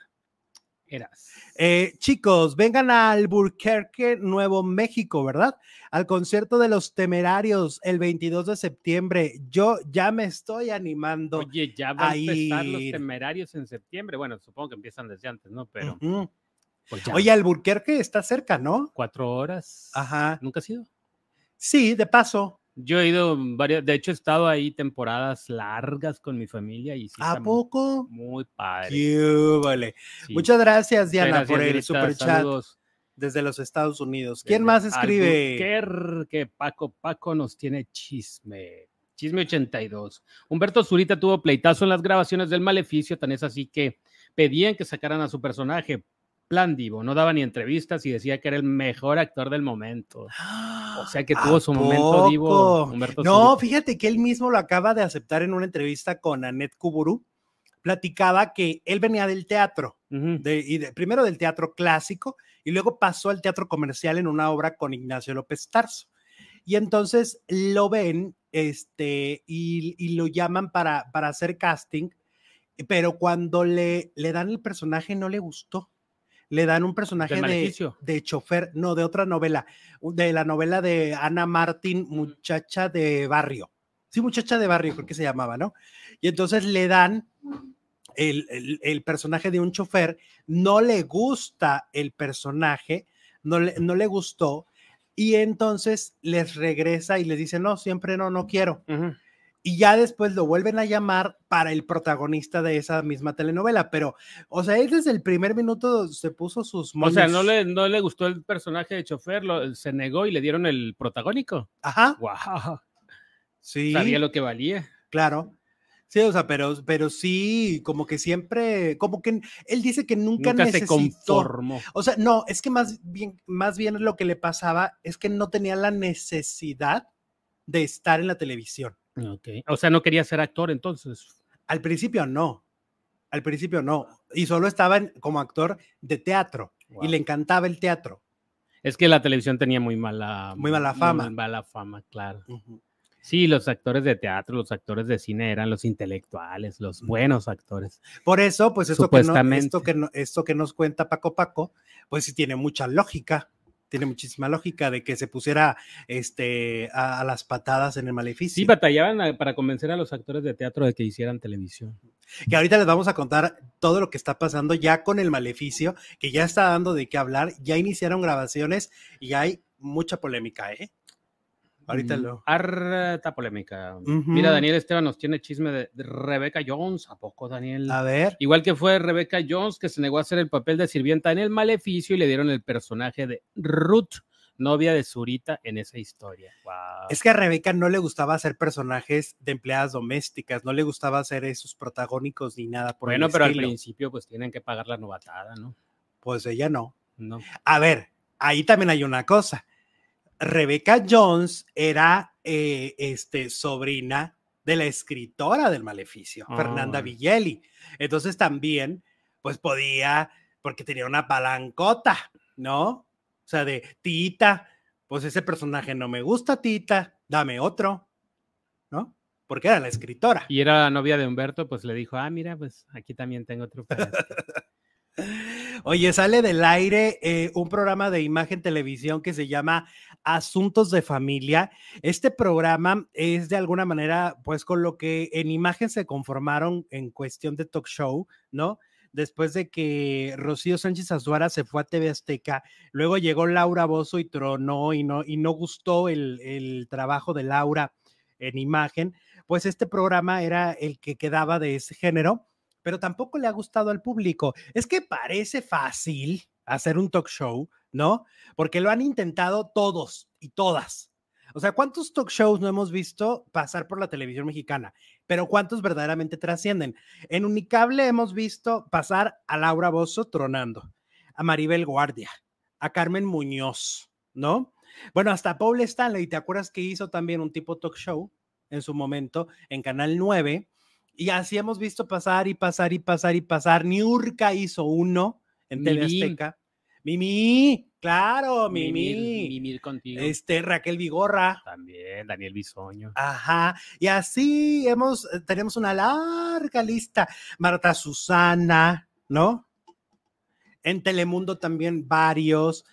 Eras. Eh, chicos, vengan a Albuquerque, Nuevo México, ¿verdad? Al concierto de Los Temerarios el veintidós de septiembre. Yo ya me estoy animando. Oye, ya van a empezar Los Temerarios en septiembre. Bueno, supongo que empiezan desde antes, ¿no? Pero. Uh-huh. Pues oye, Albuquerque está cerca, ¿no? Cuatro horas. Ajá. ¿Nunca has ido? Sí, de paso. Yo he ido varias, de hecho he estado ahí temporadas largas con mi familia y sí ¿A poco? Muy padre. Qué vale. Sí. Muchas gracias, Diana, gracias, por el Dirita, super chat saludos. Desde los Estados Unidos. ¿Quién desde más escribe? Albuquerque, que Paco, Paco nos tiene chisme. Chisme ochenta y dos. Humberto Zurita tuvo pleitazo en las grabaciones del Maleficio, tan es así que pedían que sacaran a su personaje. Plan Divo, no daba ni entrevistas y decía que era el mejor actor del momento. O sea que tuvo su poco? momento Divo. Humberto no, Zurita. Fíjate que él mismo lo acaba de aceptar en una entrevista con Annette Kuburu. Platicaba que él venía del teatro, uh-huh. de, y de, primero del teatro clásico y luego pasó al teatro comercial en una obra con Ignacio López Tarso. Y entonces lo ven este, y, y lo llaman para, para hacer casting, pero cuando le, le dan el personaje no le gustó. Le dan un personaje de, de chofer, no, de otra novela, de la novela de Ana Martín, Muchacha de Barrio. Sí, Muchacha de Barrio, creo que se llamaba, ¿no? Y entonces le dan el, el, el personaje de un chofer, no le gusta el personaje, no le, no le gustó, y entonces les regresa y les dice, no, siempre no, no quiero. Uh-huh. Y ya después lo vuelven a llamar para el protagonista de esa misma telenovela, pero, o sea, él desde el primer minuto se puso sus moños. O sea, no le, no le gustó el personaje de chofer, lo, se negó y le dieron el protagónico. Ajá. Wow. Sí. Sabía lo que valía. Claro. Sí, o sea, pero, pero sí, como que siempre, como que él dice que nunca, nunca necesitó. se conformó. O sea, no, es que más bien, más bien lo que le pasaba es que no tenía la necesidad de estar en la televisión. Okay. O sea, no quería ser actor entonces. Al principio no, al principio no, y solo estaba en, como actor de teatro, wow. Y le encantaba el teatro. Es que la televisión tenía muy mala, muy mala fama. Muy mala fama, claro. Uh-huh. Sí, los actores de teatro, los actores de cine eran los intelectuales, los buenos actores. Por eso, pues esto que, no, esto, que no, esto que nos cuenta Paco Paco, pues sí tiene mucha lógica, tiene muchísima lógica de que se pusiera este, a, a las patadas en el Maleficio. Sí, batallaban a, para convencer a los actores de teatro de que hicieran televisión. Que ahorita les vamos a contar todo lo que está pasando ya con el Maleficio, que ya está dando de qué hablar, ya iniciaron grabaciones y hay mucha polémica, ¿eh? Ahorita lo. Harta polémica. Uh-huh. Mira, Daniel Esteban nos tiene chisme de, de Rebecca Jones. ¿A poco, Daniel? A ver. Igual que fue Rebecca Jones, que se negó a hacer el papel de sirvienta en el Maleficio y le dieron el personaje de Ruth, novia de Zurita, en esa historia. Wow. Es que a Rebecca no le gustaba hacer personajes de empleadas domésticas, no le gustaba hacer esos protagónicos ni nada por bueno, el pero estilo. Al principio pues tienen que pagar la novatada, ¿no? Pues ella no. No. A ver, ahí también hay una cosa. Rebecca Jones era eh, este, sobrina de la escritora del Maleficio, oh. Fernanda Villeli. Entonces también, pues podía, porque tenía una palancota, ¿no? O sea, de Tita, pues ese personaje no me gusta, Tita, dame otro, ¿no? Porque era la escritora. Y era la novia de Humberto, pues le dijo, ah, mira, pues aquí también tengo otro para ti. Oye, sale del aire eh, un programa de imagen televisión que se llama Asuntos de Familia. Este programa es de alguna manera, pues con lo que en imagen se conformaron en cuestión de talk show, ¿no? Después de que Rocío Sánchez Azuara se fue a T V Azteca, luego llegó Laura Bozzo y tronó y no, y no gustó el, el trabajo de Laura en imagen, pues este programa era el que quedaba de ese género, pero tampoco le ha gustado al público. Es que parece fácil hacer un talk show, ¿no? Porque lo han intentado todos y todas. O sea, ¿cuántos talk shows no hemos visto pasar por la televisión mexicana? Pero ¿cuántos verdaderamente trascienden? En Unicable hemos visto pasar a Laura Bozzo tronando, a Maribel Guardia, a Carmen Muñoz, ¿no? Bueno, hasta Paul Stanley, ¿te acuerdas que hizo también un tipo talk show en su momento en Canal nueve? Y así hemos visto pasar y pasar y pasar y pasar. Niurka hizo uno en T V Azteca. Mimi, claro, Mimi. Mimir, Mimir contigo. Este, Raquel Vigorra. También, Daniel Bisoño. Ajá. Y así hemos, tenemos una larga lista. Marta Susana, ¿no? En Telemundo también varios.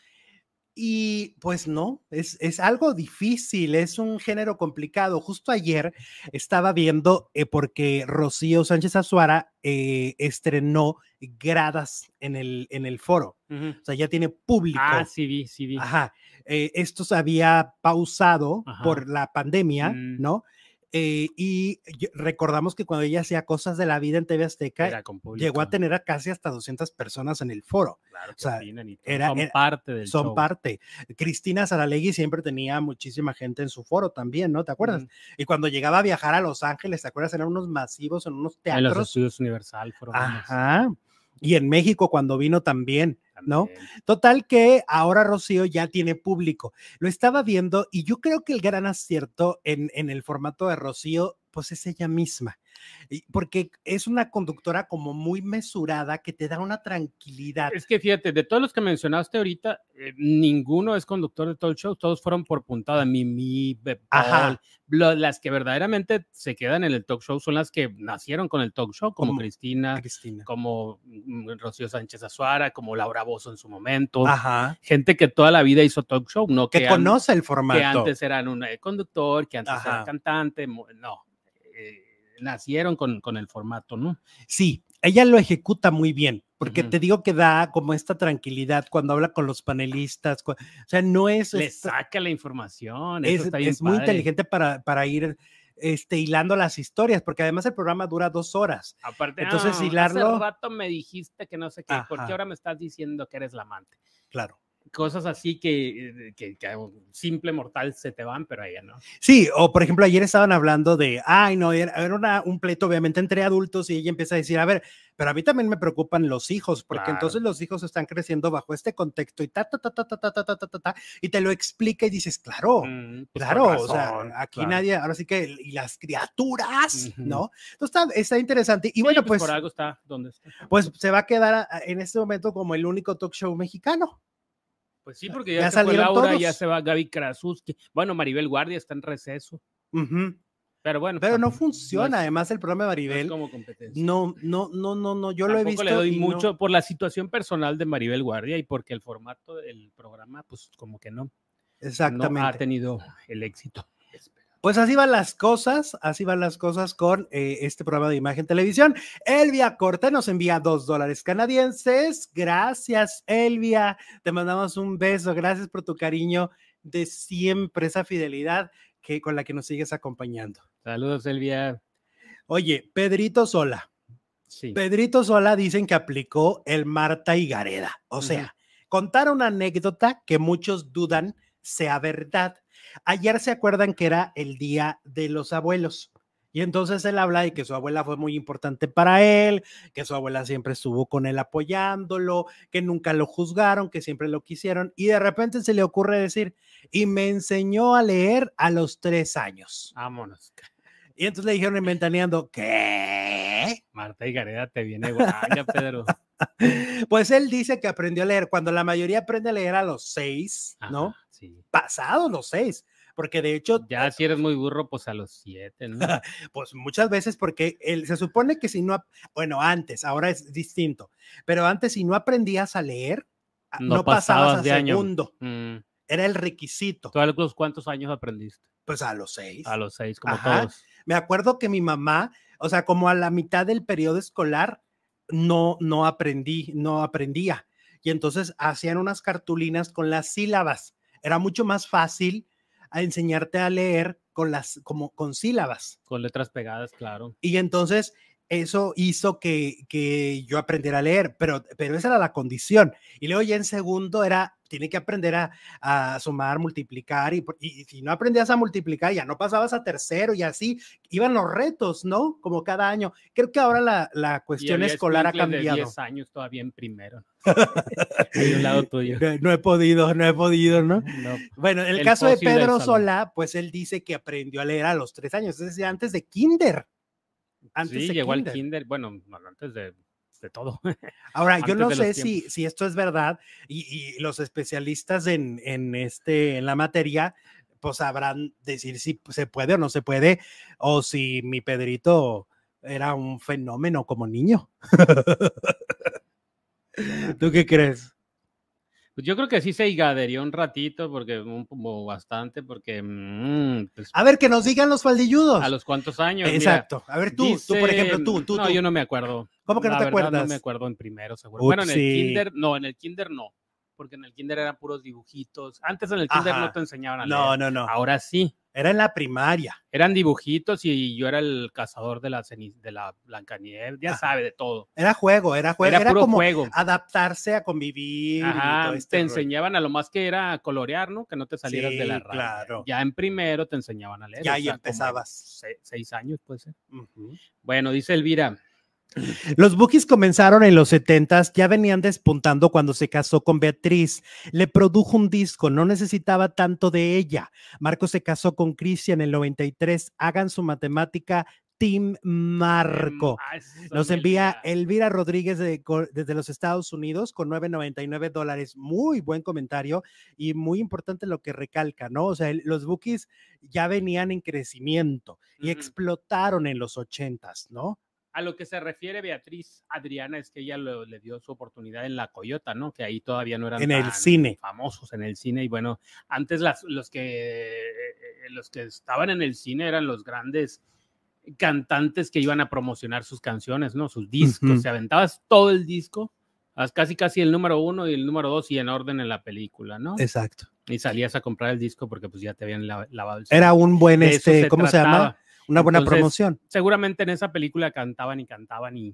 Y pues no, es, es algo difícil, es un género complicado. Justo ayer estaba viendo, eh, porque Rocío Sánchez Azuara eh, estrenó gradas en el, en el foro, uh-huh. O sea, ya tiene público. Ah, sí vi, sí vi. Ajá, eh, esto se había pausado Ajá. por la pandemia, mm. ¿no? Eh, y recordamos que cuando ella hacía Cosas de la Vida en T V Azteca, llegó a tener a casi hasta doscientas personas en el foro. Claro, o sea, y era, son era, parte del Son show. parte. Cristina Saralegui siempre tenía muchísima gente en su foro también, ¿no? ¿Te acuerdas? Mm. Y cuando llegaba a viajar a Los Ángeles, ¿te acuerdas? Eran unos masivos en unos teatros. En los estudios Universal fueron. Ajá. Unos. Y en México cuando vino también, ¿no? También. Total que ahora Rocío ya tiene público. Lo estaba viendo y yo creo que el gran acierto en, en el formato de Rocío, pues es ella misma. Porque es una conductora como muy mesurada que te da una tranquilidad. Es que fíjate, de todos los que mencionaste ahorita, eh, ninguno es conductor de talk show, todos fueron por puntada. Mimi, Paul, las que verdaderamente se quedan en el talk show son las que nacieron con el talk show, como, como Cristina, Cristina, como Rocío Sánchez Azuara, como Laura Bozzo en su momento. Ajá. Gente que toda la vida hizo talk show, no que, que conoce el formato. Que antes eran un conductor, que antes Ajá. era cantante, no. Eh, nacieron con, con el formato, ¿no? Sí, ella lo ejecuta muy bien, porque uh-huh. te digo que da como esta tranquilidad cuando habla con los panelistas, o sea, no es... Le esta, saca la información, es, eso está bien es muy padre. inteligente para, para ir este, hilando las historias, porque además el programa dura dos horas. Aparte, entonces no, hilarlo... hace rato me dijiste que no sé qué, Ajá. ¿por qué ahora me estás diciendo que eres la amante? Claro. Cosas así que, que, que a un simple mortal se te van, pero a ella no. Sí, o por ejemplo, ayer estaban hablando de, ay, no, era, era una, un pleito obviamente entre adultos y ella empieza a decir, a ver, pero a mí también me preocupan los hijos, porque claro. entonces los hijos están creciendo bajo este contexto y ta, ta, ta, ta, ta, ta, ta, ta, ta, ta, y te lo explica y dices, claro, mm, pues claro, razón, o sea, aquí claro. nadie, ahora sí que, y las criaturas, uh-huh. ¿no? Entonces está, está interesante. Y sí, bueno, pues, pues, por algo está donde está. Pues se va a quedar en este momento como el único talk show mexicano. Pues sí, porque ya, ya se fue Laura, todos. ya se va Gaby Krasuski. Bueno, Maribel Guardia está en receso. Uh-huh. Pero bueno. Pero no funciona, no es, además el programa de Maribel. No es como competencia. No, no, no, no, no, yo Tampoco lo he visto. le doy y mucho no. por la situación personal de Maribel Guardia y porque el formato del programa, pues como que no. Exactamente. No ha tenido el éxito. Pues así van las cosas, así van las cosas con eh, este programa de Imagen Televisión. Elvia Corte nos envía dos dólares canadienses. Gracias, Elvia. Te mandamos un beso. Gracias por tu cariño de siempre, esa fidelidad que, con la que nos sigues acompañando. Saludos, Elvia. Oye, Pedrito Sola. Sí. Pedrito Sola dicen que aplicó el Marta y Gareda. O sea, uh-huh. contar una anécdota que muchos dudan sea verdad. Ayer se acuerdan que era el día de los abuelos y entonces él habla de que su abuela fue muy importante para él, que su abuela siempre estuvo con él apoyándolo, que nunca lo juzgaron, que siempre lo quisieron y de repente se le ocurre decir, y me enseñó a leer a los tres años. Vámonos. Y entonces le dijeron inventaneando, ¿qué? Marta y Gareda te viene guanga, Pedro. Pues él dice que aprendió a leer cuando la mayoría aprende a leer a los seis, Ajá, ¿no? Sí. Pasados los seis, porque de hecho... Ya si eres muy burro, pues a los siete, ¿no? Pues muchas veces porque él, se supone que si no, bueno, antes, ahora es distinto, pero antes si no aprendías a leer, no, no pasabas, pasabas a segundo. Mm. Era el requisito. ¿Tú a los cuántos años aprendiste? Pues a los seis. A los seis, como Ajá. todos. Me acuerdo que mi mamá, o sea, como a la mitad del periodo escolar, no, no aprendí, no aprendía. Y entonces hacían unas cartulinas con las sílabas. Era mucho más fácil a enseñarte a leer con las, como con sílabas. Con letras pegadas, claro. Y entonces eso hizo que, que yo aprendiera a leer, pero, pero esa era la condición. Y luego ya en segundo era, tiene que aprender a, a sumar, multiplicar, y, y, y si no aprendías a multiplicar, ya no pasabas a tercero y así, iban los retos, ¿no? Como cada año. Creo que ahora la, la cuestión escolar ha cambiado. De diez años todavía en primero. Hay un lado tuyo. No, no he podido, no he podido, ¿no? no. Bueno, en el, el caso de Pedro Sola, pues él dice que aprendió a leer a los tres años, es decir, antes de kinder. Antes sí, de llegó kinder. al kinder, bueno, antes de, de todo. Ahora, yo no sé si, si esto es verdad y, y los especialistas en, en, este, en la materia pues sabrán decir si se puede o no se puede, o si mi Pedrito era un fenómeno como niño. ¿Tú qué crees? Pues yo creo que sí se higaderió un ratito, porque un, como bastante, porque... Mmm, pues, a ver, que nos digan los faldilludos. ¿A los cuántos años? Exacto. Mira, a ver, tú, dice, tú, por ejemplo, tú, tú. No, tú. yo no me acuerdo. ¿Cómo que La no te verdad, acuerdas? No me acuerdo en primero, seguro. Upsi. Bueno, en el kinder, no, en el kinder no, porque en el kinder eran puros dibujitos. Antes en el kinder Ajá. no te enseñaban a leer. No, no, no. Ahora sí. Era en la primaria. Eran dibujitos y yo era el cazador de la, de la Blancanieves, ya Ajá. sabe, de todo. Era juego, era juego. Era, era puro como juego. adaptarse a convivir. Ajá, y todo este te rollo. enseñaban a lo más que era colorear, ¿no? Que no te salieras sí, de la raya. Claro. Ya en primero te enseñaban a leer. Ya ahí empezabas. Seis, seis años, puede ser. Uh-huh. Bueno, dice Elvira. Los Bookies comenzaron en los setentas, ya venían despuntando cuando se casó con Beatriz. Le produjo un disco, no necesitaba tanto de ella. Marco se casó con Cristian en el noventa y tres. Hagan su matemática. Team Marco. Nos envía Elvira Rodríguez de, desde los Estados Unidos con nueve noventa y nueve dólares. Muy buen comentario y muy importante lo que recalca, ¿no? O sea, los Bookies ya venían en crecimiento y uh-huh. explotaron en los ochentas, ¿no? A lo que se refiere Beatriz Adriana es que ella lo, le dio su oportunidad en La Coyota, ¿no? Que ahí todavía no eran en tan el cine. famosos en el cine. Y bueno, antes las, los, que, los que estaban en el cine eran los grandes cantantes que iban a promocionar sus canciones, ¿no? Sus discos. Uh-huh. Se aventabas todo el disco, casi casi el número uno y el número dos y en orden en la película, ¿no? Exacto. Y salías a comprar el disco porque pues ya te habían lavado el cine. Era un buen, este, ¿cómo trataba. se llama? Una buena Entonces, promoción. Seguramente en esa película cantaban y cantaban y...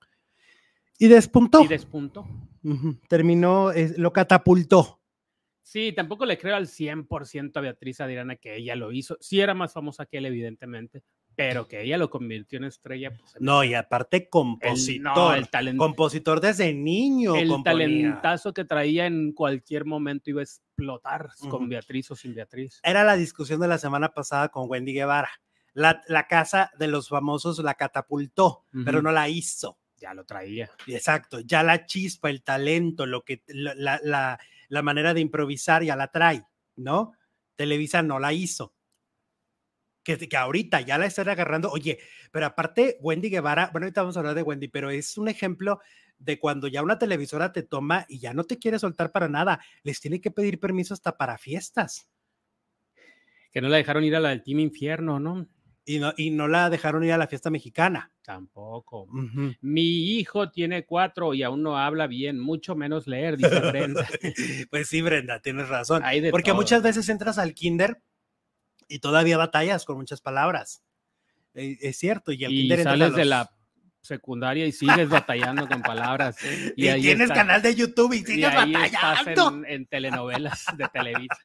Y despuntó. Y despuntó. Uh-huh. Terminó, eh, lo catapultó. Sí, tampoco le creo al cien por ciento a Beatriz Adriana que ella lo hizo. Sí era más famosa que él, evidentemente, pero que ella lo convirtió en estrella. Pues, en no, el, y aparte compositor. El, no, el talent, compositor desde niño. El componía. talentazo que traía en cualquier momento iba a explotar uh-huh. con Beatriz o sin Beatriz. Era la discusión de la semana pasada con Wendy Guevara. La, la casa de los famosos la catapultó, uh-huh. pero no la hizo. Ya lo traía. Exacto, ya la chispa, el talento, lo que la, la, la manera de improvisar ya la trae, ¿no? Televisa no la hizo. Que, que ahorita ya la están agarrando. Oye, pero aparte, Wendy Guevara, bueno, ahorita vamos a hablar de Wendy, pero es un ejemplo de cuando ya una televisora te toma y ya no te quiere soltar para nada. Les tiene que pedir permiso hasta para fiestas. Que no la dejaron ir a la del Team Infierno, ¿no? Y no, y no la dejaron ir a la fiesta mexicana. Tampoco. Uh-huh. Mi hijo tiene cuatro y aún no habla bien, mucho menos leer, dice Brenda. Pues sí, Brenda, tienes razón. Porque todo, muchas ¿no? veces entras al kinder y todavía batallas con muchas palabras. Es, es cierto. Y, el y kinder sales los... de la secundaria y sigues batallando con palabras. ¿Eh? Y, y tienes está, canal de YouTube y sigues y ahí batallando. Estás en, en telenovelas de Televisa.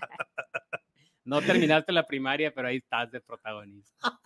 No terminaste la primaria, pero ahí estás de protagonista.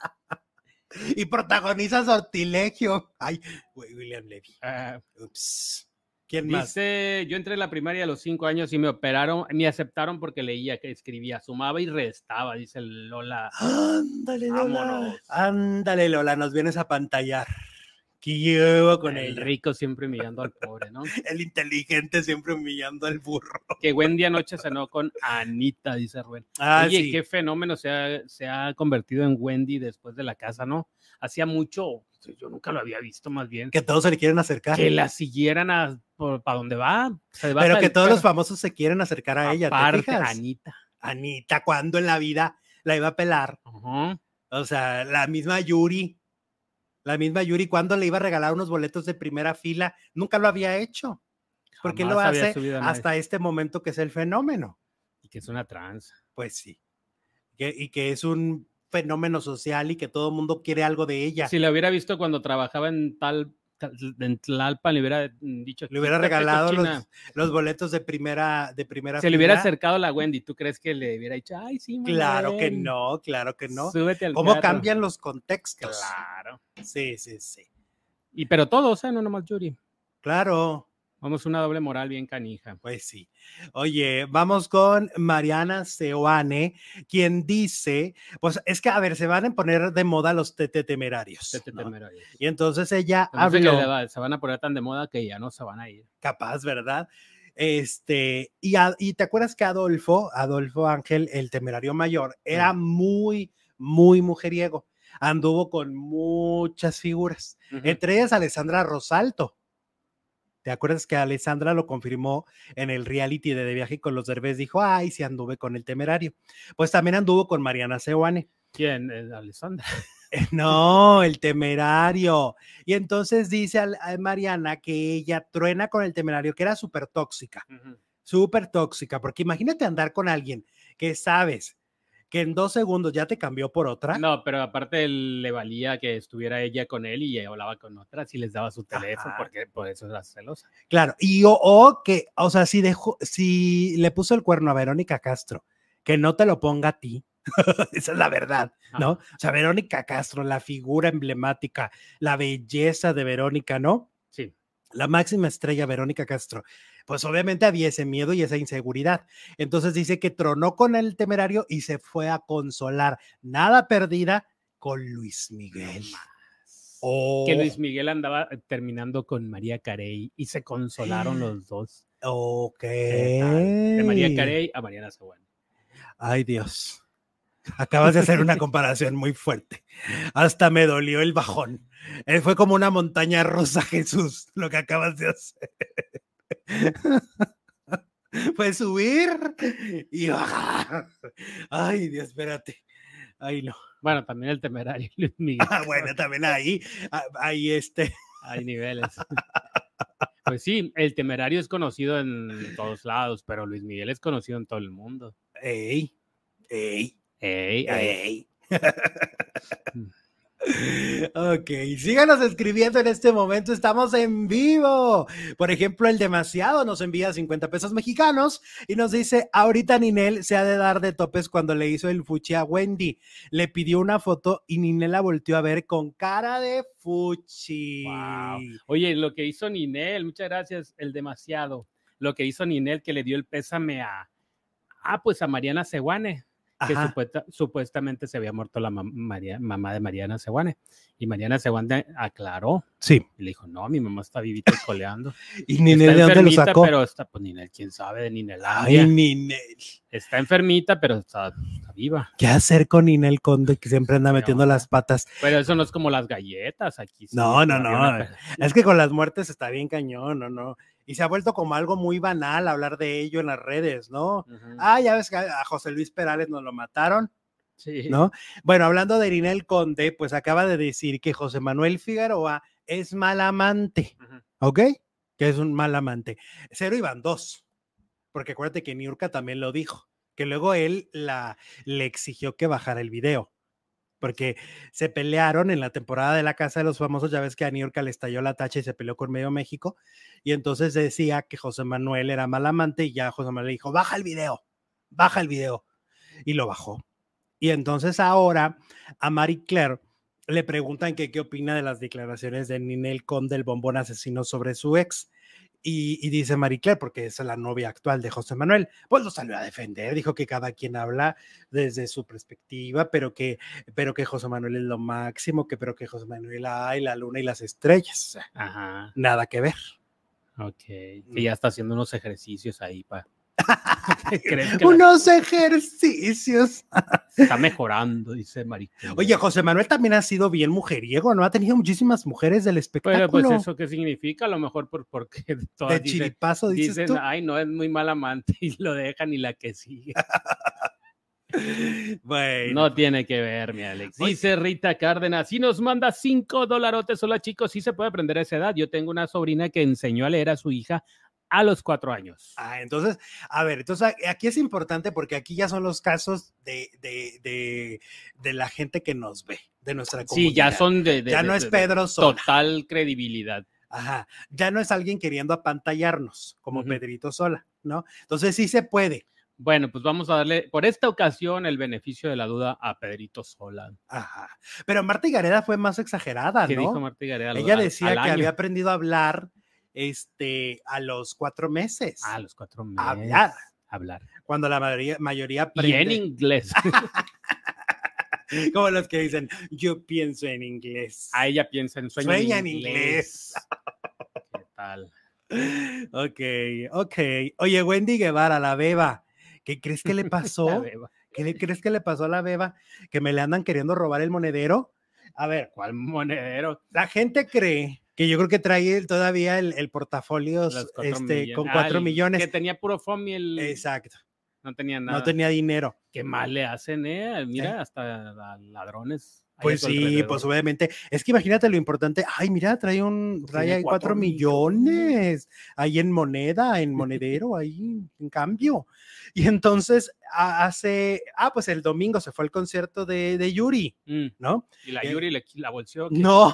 Y protagoniza Sortilegio. Ay, William Levy. Uh, Ups. ¿Quién dice, más? Dice, yo entré en la primaria a los cinco años y me operaron, me aceptaron porque leía, que escribía, sumaba y restaba, dice Lola. Ándale, Lola. Vámonos. Ándale, Lola, nos vienes a pantallar. ¿Qué llevo con el ella? rico siempre humillando al pobre, ¿no? El inteligente siempre humillando al burro. Que Wendy anoche cenó con Anita, dice Rubén. Ah, Oye, sí. qué fenómeno se ha, se ha convertido en Wendy después de la casa, ¿no? Hacía mucho, yo nunca lo había visto más bien. Que todos se le quieren acercar. Que la siguieran a, para donde va. Se va Pero que todos perro. los famosos se quieren acercar a ella, Aparte, ¿te fijas? Anita. Anita, ¿cuándo en la vida la iba a pelar? Uh-huh. O sea, la misma Yuri. La misma Yuri, ¿cuándo le iba a regalar unos boletos de primera fila? Nunca lo había hecho. Porque lo hace hasta este momento que es el fenómeno. Y que es una trans. Pues sí. Que, y que es un fenómeno social y que todo el mundo quiere algo de ella. Si la hubiera visto cuando trabajaba en tal, tal en Tlalpan, le hubiera dicho. Le hubiera regalado los, los boletos de primera, de primera Se fila. Le hubiera acercado a la Wendy. ¿Tú crees que le hubiera dicho, ay, sí, Manuel? Claro que no, claro que no. Súbete al ¿Cómo carro? Cambian los contextos? Claro. Sí, sí, sí. Y pero todos, ¿eh? No nomás Yuri. Claro. Vamos una doble moral bien canija. Pues sí. Oye, vamos con Mariana Seoane, quien dice, pues es que, a ver, se van a poner de moda los tete temerarios. Tete ¿no? temerarios. Y entonces ella entonces habló. Se van a poner tan de moda que ya no se van a ir. Capaz, ¿verdad? Este, y, a, y te acuerdas que Adolfo, Adolfo Ángel, el temerario mayor, era uh-huh. muy, muy mujeriego. Anduvo con muchas figuras, uh-huh. entre ellas Alessandra Rosalto. ¿Te acuerdas que Alessandra lo confirmó en el reality de, de Viaje con los Derbez? Dijo, ay, sí anduve con el temerario. Pues también anduvo con Mariana Seoane. ¿Quién? ¿Es Alessandra? No, el temerario. Y entonces dice a, a Mariana que ella truena con el temerario, que era súper tóxica, uh-huh. súper tóxica, porque imagínate andar con alguien que sabes que en dos segundos ya te cambió por otra. No, pero aparte le valía que estuviera ella con él y hablaba con otras y les daba su teléfono. Ajá. Porque por eso era celosa. Claro, y o, o que, o sea, si dejó, si le puso el cuerno a Verónica Castro, que no te lo ponga a ti. Esa es la verdad, ¿no? Ajá. O sea, Verónica Castro, la figura emblemática, la belleza de Verónica, ¿no? Sí. La máxima estrella, Verónica Castro. Pues obviamente había ese miedo y esa inseguridad. Entonces dice que tronó con el temerario y se fue a consolar, nada perdida, con Luis Miguel. Oh. Que Luis Miguel andaba terminando con María Carey y se consolaron los dos. Ok. De María Carey a Mariana Seoane. Ay, Dios. Acabas de hacer una comparación muy fuerte. Hasta me dolió el bajón. Eh, fue como una montaña rusa, Jesús, lo que acabas de hacer. Fue subir y bajar. Ay, Dios, espérate. Ay, no. Bueno, también el temerario, Luis Miguel. Ah, bueno, también ahí, ahí este. Hay niveles. Pues sí, el temerario es conocido en todos lados, pero Luis Miguel es conocido en todo el mundo. Ey, ey. Ey, ey. Ok, síganos escribiendo en este momento, estamos en vivo. Por ejemplo, el Demasiado nos envía cincuenta pesos mexicanos y nos dice, ahorita Ninel se ha de dar de topes cuando le hizo el fuchi a Wendy. Le pidió una foto y Ninel la volteó a ver con cara de fuchi. Wow. Oye, lo que hizo Ninel, muchas gracias, el Demasiado. Lo que hizo Ninel que le dio el pésame a, ah, pues a Mariana Seoane. que supuesta, supuestamente se había muerto la mam María, mamá de Mariana Sewane. Y Mariana Sewane aclaró. Sí. Y le dijo, no, mi mamá está vivita y coleando. ¿Y Ninel de dónde lo sacó? Pero está, pues Ninel, quién sabe de Ninel. Ay, Ninel. Está enfermita, pero está, está viva. ¿Qué hacer con Ninel Conde, que siempre anda pero, metiendo las patas? Pero eso no es como las galletas aquí. Sí, no, no, no. Es que con las muertes está bien cañón, no, no. Y se ha vuelto como algo muy banal hablar de ello en las redes, ¿no? Uh-huh. Ah, ya ves que a José Luis Perales nos lo mataron, sí. ¿No? Bueno, hablando de Ninel Conde, pues acaba de decir que José Manuel Figueroa es mal amante, uh-huh. ¿Ok? Que es un mal amante. Cero iban dos, porque acuérdate que Niurka también lo dijo, que luego él la, le exigió que bajara el video. Porque se pelearon en la temporada de La Casa de los Famosos, ya ves que a Niurka le estalló la tacha y se peleó con Medio México, y entonces decía que José Manuel era mal amante, y ya José Manuel le dijo, baja el video, baja el video, y lo bajó. Y entonces ahora a Marie Claire le preguntan que qué opina de las declaraciones de Ninel Conde, el bombón asesino, sobre su ex, Y, y dice Marie Claire, porque es la novia actual de José Manuel, pues lo salió a defender, dijo que cada quien habla desde su perspectiva, pero que, pero que José Manuel es lo máximo, que pero que José Manuel hay la luna y las estrellas. Ajá. Nada que ver. Ok, que ya está haciendo unos ejercicios ahí para... unos la... ejercicios. Está mejorando, dice Marie Claire. Oye, José Manuel también ha sido bien mujeriego, ¿no? Ha tenido muchísimas mujeres del espectáculo. Pero pues eso qué significa, a lo mejor por, porque todas de dicen, chiripazo, dices dicen, tú. Ay, no, es muy mal amante y lo dejan y la que sigue. Bueno. No tiene que ver, mi Alex. Dice Rita Cárdenas, y nos manda cinco dolarotes. Hola, chicos, sí se puede aprender a esa edad. Yo tengo una sobrina que enseñó a leer a su hija a los cuatro años. Ah, entonces, a ver, entonces aquí es importante porque aquí ya son los casos de, de, de, de la gente que nos ve, de nuestra comunidad. Sí, ya son de... de ya de, no de, es Pedro Sola. Total credibilidad. Ajá, ya no es alguien queriendo apantallarnos, como uh-huh. Pedrito Sola, ¿no? Entonces sí se puede. Bueno, pues vamos a darle por esta ocasión el beneficio de la duda a Pedrito Sola. Ajá, pero Marta Higareda fue más exagerada, ¿no? ¿Qué dijo Marta Higareda? Ella decía al, al que año. había aprendido a hablar este, a los cuatro meses. A los cuatro meses. Hablar. Hablar. Cuando la mayoría, mayoría aprende. Y en inglés. Como los que dicen, yo pienso en inglés. A ella piensa en sueño Sueña en inglés. inglés. ¿Qué tal? Ok, ok. Oye, Wendy Guevara, la beba, ¿qué crees que le pasó? ¿Qué le crees que le pasó a la beba? Que me le andan queriendo robar el monedero. A ver, ¿cuál monedero? La gente cree que yo creo que trae todavía el, el portafolio este, millones. con cuatro ah, millones. Que tenía puro foamy el... Exacto. No tenía nada. No tenía dinero. Qué mal le hacen, ¿eh? Mira, ¿Eh? hasta ladrones. Pues sí, alrededor. Pues obviamente. Es que imagínate lo importante. Ay, mira, trae un, trae ahí cuatro millones. Ahí en moneda, en monedero, ahí en cambio. Y entonces hace, ah, pues el domingo se fue al concierto de, de Yuri, mm. ¿no? Y la Yuri le la bolseó. No.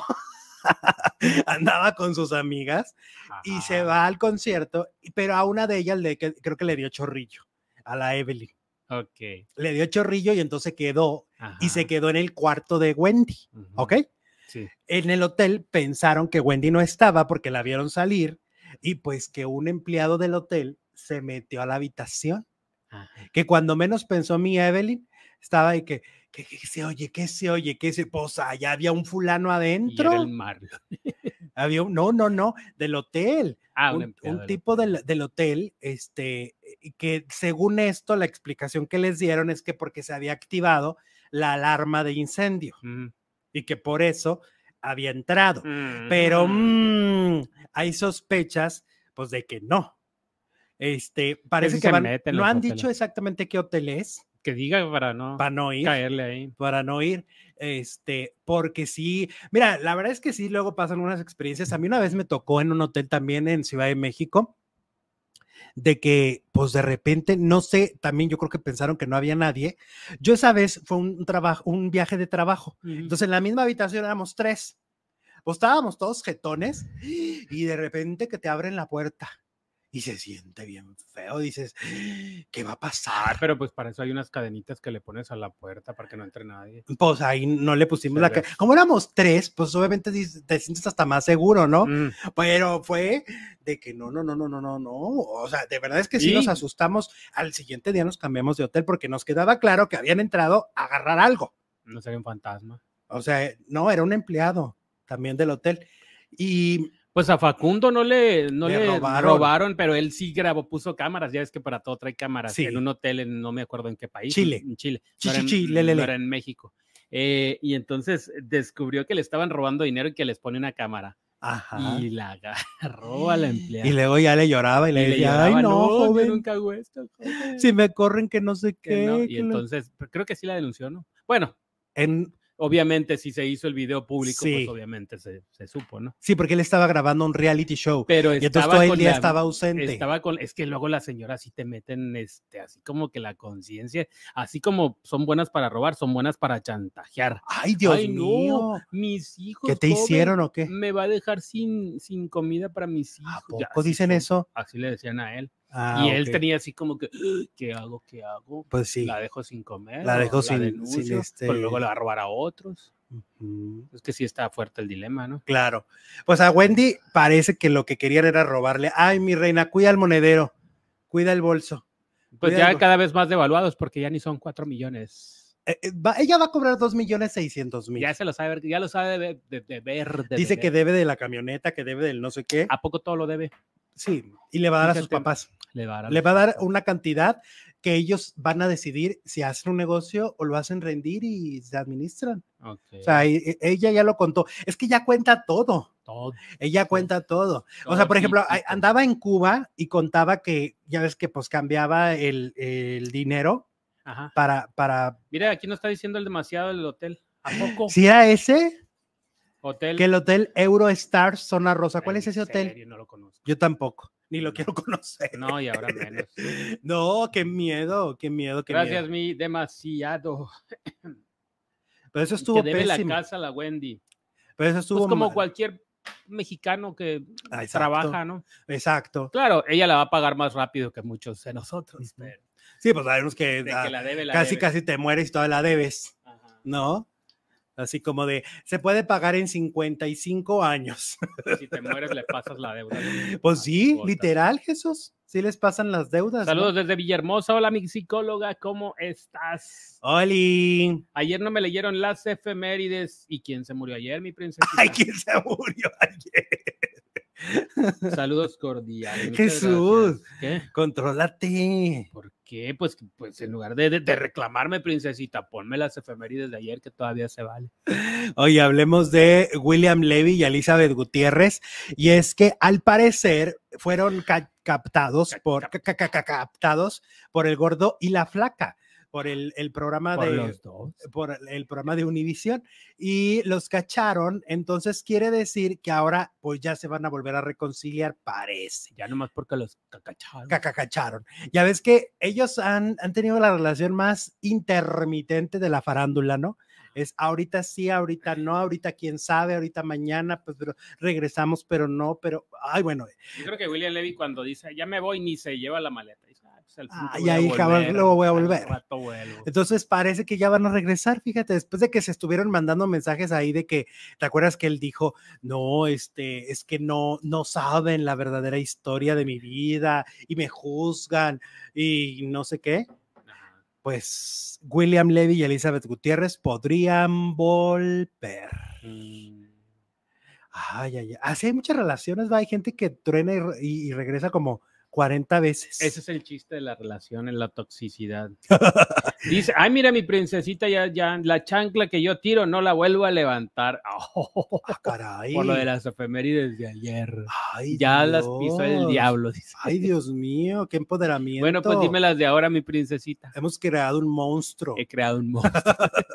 Andaba con sus amigas. Ajá. Y se va al concierto, pero a una de ellas le, creo que le dio chorrillo, a la Evelyn. Ok. Le dio chorrillo y entonces quedó. Ajá. Y se quedó en el cuarto de Wendy. Uh-huh. ¿Ok? Sí. En el hotel pensaron que Wendy no estaba porque la vieron salir y pues que un empleado del hotel se metió a la habitación. Ajá. Que cuando menos pensó mi Evelyn, estaba ahí que, que, que se oye, que se oye, que se, pues allá había un fulano adentro. Y era el Marlon. Había un, no, no, no, del hotel. Ah, un, un, un tipo del, del hotel, este, que según esto, la explicación que les dieron es que porque se había activado la alarma de incendio mm. y que por eso había entrado. Mm. Pero mmm, hay sospechas, pues, de que no. Este, parece que, que van, no han hoteles. dicho exactamente qué hotel es. Que diga para no, para no ir, caerle ahí. Para no ir, este, porque sí, mira, la verdad es que sí, luego pasan unas experiencias. A mí una vez me tocó en un hotel también en Ciudad de México, de que, pues de repente, no sé, también yo creo que pensaron que no había nadie. Yo esa vez fue un trabajo, un viaje de trabajo. Uh-huh. Entonces en la misma habitación éramos tres. Pues estábamos todos jetones y de repente que te abren la puerta. y se siente bien feo. Dices, ¿qué va a pasar? Ah, pero pues para eso hay unas cadenitas que le pones a la puerta para que no entre nadie. Pues ahí no le pusimos se la cadena. Como éramos tres, pues obviamente te sientes hasta más seguro, ¿no? Mm. Pero fue de que no, no, no, no, no, no, no. O sea, de verdad es que sí ¿Y? nos asustamos. Al siguiente día nos cambiamos de hotel porque nos quedaba claro que habían entrado a agarrar algo. No sería un fantasma. O sea, no, era un empleado también del hotel. Y pues a Facundo no le, no le, le robaron. robaron, pero él sí grabó, puso cámaras. Ya ves que para todo trae cámaras. Sí. En un hotel, en, no me acuerdo en qué país. Chile. En Chile. No era en, Chile, no era en México. Eh, y entonces descubrió que le estaban robando dinero y que les pone una cámara. Ajá. Y la agarró a la empleada. Y luego ya le lloraba y, y le decía, lloraba, ay, no, no joven. Yo nunca hago esto, joven. Si me corren que no sé que qué. No. Y entonces, lo... creo que sí la denunció, ¿no? Bueno. En... Obviamente, si se hizo el video público, sí. pues obviamente se, se supo, ¿no? Sí, porque él estaba grabando un reality show. Pero y entonces todo el día la, estaba ausente. Estaba con, es que luego las señoras sí te meten, este, así como que la conciencia, así como son buenas para robar, son buenas para chantajear. Ay, Dios Ay, mío. No, mis hijos. ¿Qué te joven, hicieron o qué? Me va a dejar sin, sin comida para mis hijos. ¿A poco ya, dicen así, eso? Así le decían a él. Ah, y okay. él tenía así como que, ¿qué hago? ¿Qué hago? Pues sí. La dejo sin comer. La dejo sin, denuncio, sin este. Pero luego la va a robar a otros. Uh-huh. Es que sí está fuerte el dilema, ¿no? Claro. Pues a Wendy parece que lo que querían era robarle. Ay, mi reina, cuida el monedero, cuida el bolso. Pues cuida ya el... cada vez más devaluados porque ya ni son cuatro millones. Eh, eh, va, ella va a cobrar dos millones seiscientos mil. Ya se lo sabe, ya lo sabe de, de, de ver. De Dice ver. que debe de la camioneta, que debe del no sé qué. ¿A poco todo lo debe? Sí, y le va a dar Fíjate, a sus papás. Le va a dar, le va a dar una cantidad que ellos van a decidir si hacen un negocio o lo hacen rendir y se administran. Okay. O sea, ella ya lo contó. Es que ya cuenta todo. Todo. Ella cuenta todo. todo. O sea, por ejemplo, sí, sí, andaba en Cuba y contaba que, ya ves que pues cambiaba el, el dinero. Ajá. Para, para... Mira, aquí no está diciendo el demasiado el hotel. ¿A poco? ¿Sí era ese? Hotel. Que el hotel Eurostar Zona Rosa. ¿Cuál es ese hotel? Serio, no lo conozco. Yo tampoco, ni lo no. quiero conocer. No, y ahora menos. No, qué miedo, qué miedo, qué Gracias, miedo. mi demasiado. Pero eso estuvo que debe pésimo. la casa a la Wendy. Pero eso estuvo pues como mal. cualquier mexicano que Exacto. trabaja, ¿no? Exacto. Claro, ella la va a pagar más rápido que muchos de nosotros. Pero... Sí, pues sabemos que, de que la debe, la casi, debe. casi te mueres y toda la debes, Ajá. ¿no? Así como de, se puede pagar en cincuenta y cinco años. Si te mueres, le pasas la deuda. Pues sí, literal, Jesús. Sí les pasan las deudas. Saludos, ¿no? Desde Villahermosa. Hola, mi psicóloga, ¿cómo estás? ¡Holi! Ayer no me leyeron las efemérides. ¿Y quién se murió ayer, mi princesa? ¡Ay, quién se murió ayer! Saludos cordiales. Jesús, ¿qué? Contrólate. ¿Por qué? Pues, pues en lugar de, de, de reclamarme, princesita, ponme las efemérides de ayer que todavía se vale. Oye, hablemos de William Levy y Elizabeth Gutiérrez, y es que al parecer fueron ca captados por ca ca ca captados por El Gordo y la Flaca, por el, el programa por de los dos. por el programa de Univisión, y los cacharon. Entonces quiere decir que ahora pues ya se van a volver a reconciliar, parece. Ya nomás porque los cacacharon. Cacacharon. Ya ves que ellos han, han tenido la relación más intermitente de la farándula, ¿no? Es ahorita sí, ahorita no, ahorita quién sabe, ahorita mañana, pues pero regresamos, pero no, pero, ay, bueno. Yo creo que William Levy cuando dice, ya me voy, ni se lleva la maleta. Dice, ah, pues ah, ya, hija, luego voy a volver. Rato vuelvo. Entonces parece que ya van a regresar, fíjate, después de que se estuvieron mandando mensajes ahí de que, ¿te acuerdas que él dijo, no, este, es que no, no saben la verdadera historia de mi vida y me juzgan y no sé qué? Pues William Levy y Elizabeth Gutiérrez podrían volver. Mm. Ay, ay, ay. Así hay muchas relaciones, ¿va? Hay gente que truena y, y, y regresa como cuarenta veces. Ese es el chiste de la relación, en la toxicidad. Dice, ay, mira, mi princesita, ya, ya, la chancla que yo tiro no la vuelvo a levantar. Oh, ah, caray. Por lo de las efemérides de ayer. Ay, ya Dios. las pisó el diablo. Dice. Ay, Dios mío, qué empoderamiento. Bueno, pues dime las de ahora, mi princesita. Hemos creado un monstruo. He creado un monstruo.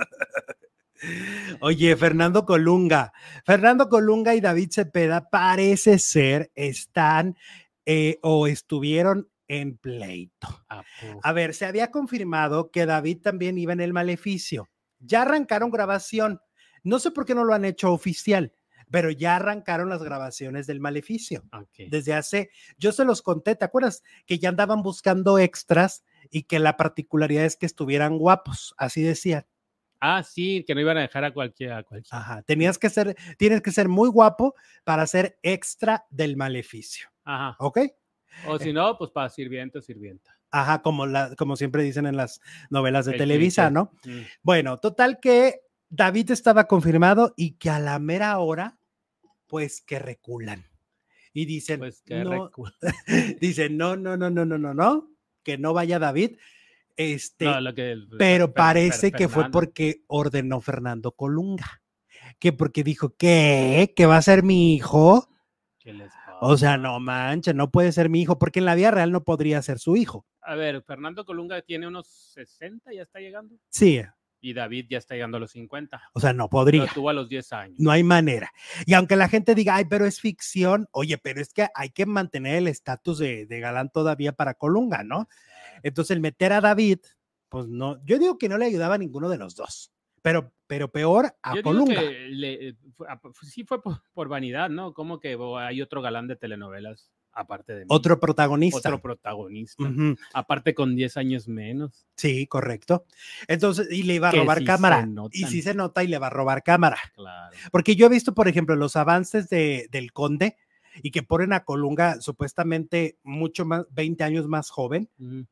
Oye, Fernando Colunga. Fernando Colunga y David Cepeda parece ser están eh, o estuvieron en pleito. Ah, a ver, se había confirmado que David también iba en el Maleficio. Ya arrancaron grabación. No sé por qué no lo han hecho oficial. pero ya arrancaron las grabaciones del Maleficio. Okay. Desde hace, yo se los conté, ¿te acuerdas? Que ya andaban buscando extras y que la particularidad es que estuvieran guapos, así decían. Ah, sí, que no iban a dejar a cualquiera. A cualquiera. Ajá, tenías que ser, tienes que ser muy guapo para ser extra del Maleficio. Ajá. ¿Ok? O si no, pues para sirviente o sirvienta. Ajá, como, la, como siempre dicen en las novelas de El Televisa, cliché. ¿No? Mm. Bueno, total que David estaba confirmado y que a la mera hora, pues que reculan. Y dicen, pues que no, reculan. dicen, no, no, no, no, no, no, no, que no vaya David. Este, no, lo que, pero Fer, parece Fer, que fue porque ordenó Fernando Colunga. Que porque dijo, ¿qué? ¿Que va a ser mi hijo? ¿Qué les pasa? O sea, no manches, no puede ser mi hijo, porque en la vida real no podría ser su hijo. A ver, Fernando Colunga tiene unos sesenta, ya está llegando. Sí. Y David ya está llegando a los cincuenta. O sea, no podría. Lo tuvo a los diez años. No hay manera. Y aunque la gente diga, ay, pero es ficción, oye, pero es que hay que mantener el estatus de, de galán todavía para Colunga, ¿no? Entonces, el meter a David, pues no, yo digo que no le ayudaba a ninguno de los dos, pero, pero peor a yo Colunga. Digo que le, sí fue por, por vanidad, ¿no? Como que hay otro galán de telenovelas. Aparte de mí. Otro protagonista. Otro protagonista. Uh-huh. Aparte con diez años menos. Sí, correcto. Entonces, y le iba a robar sí cámara. Y sí se nota y le va a robar cámara. Claro. Porque yo he visto, por ejemplo, los avances de, del Conde y que ponen a Colunga supuestamente mucho más, veinte años más joven. Uh-huh.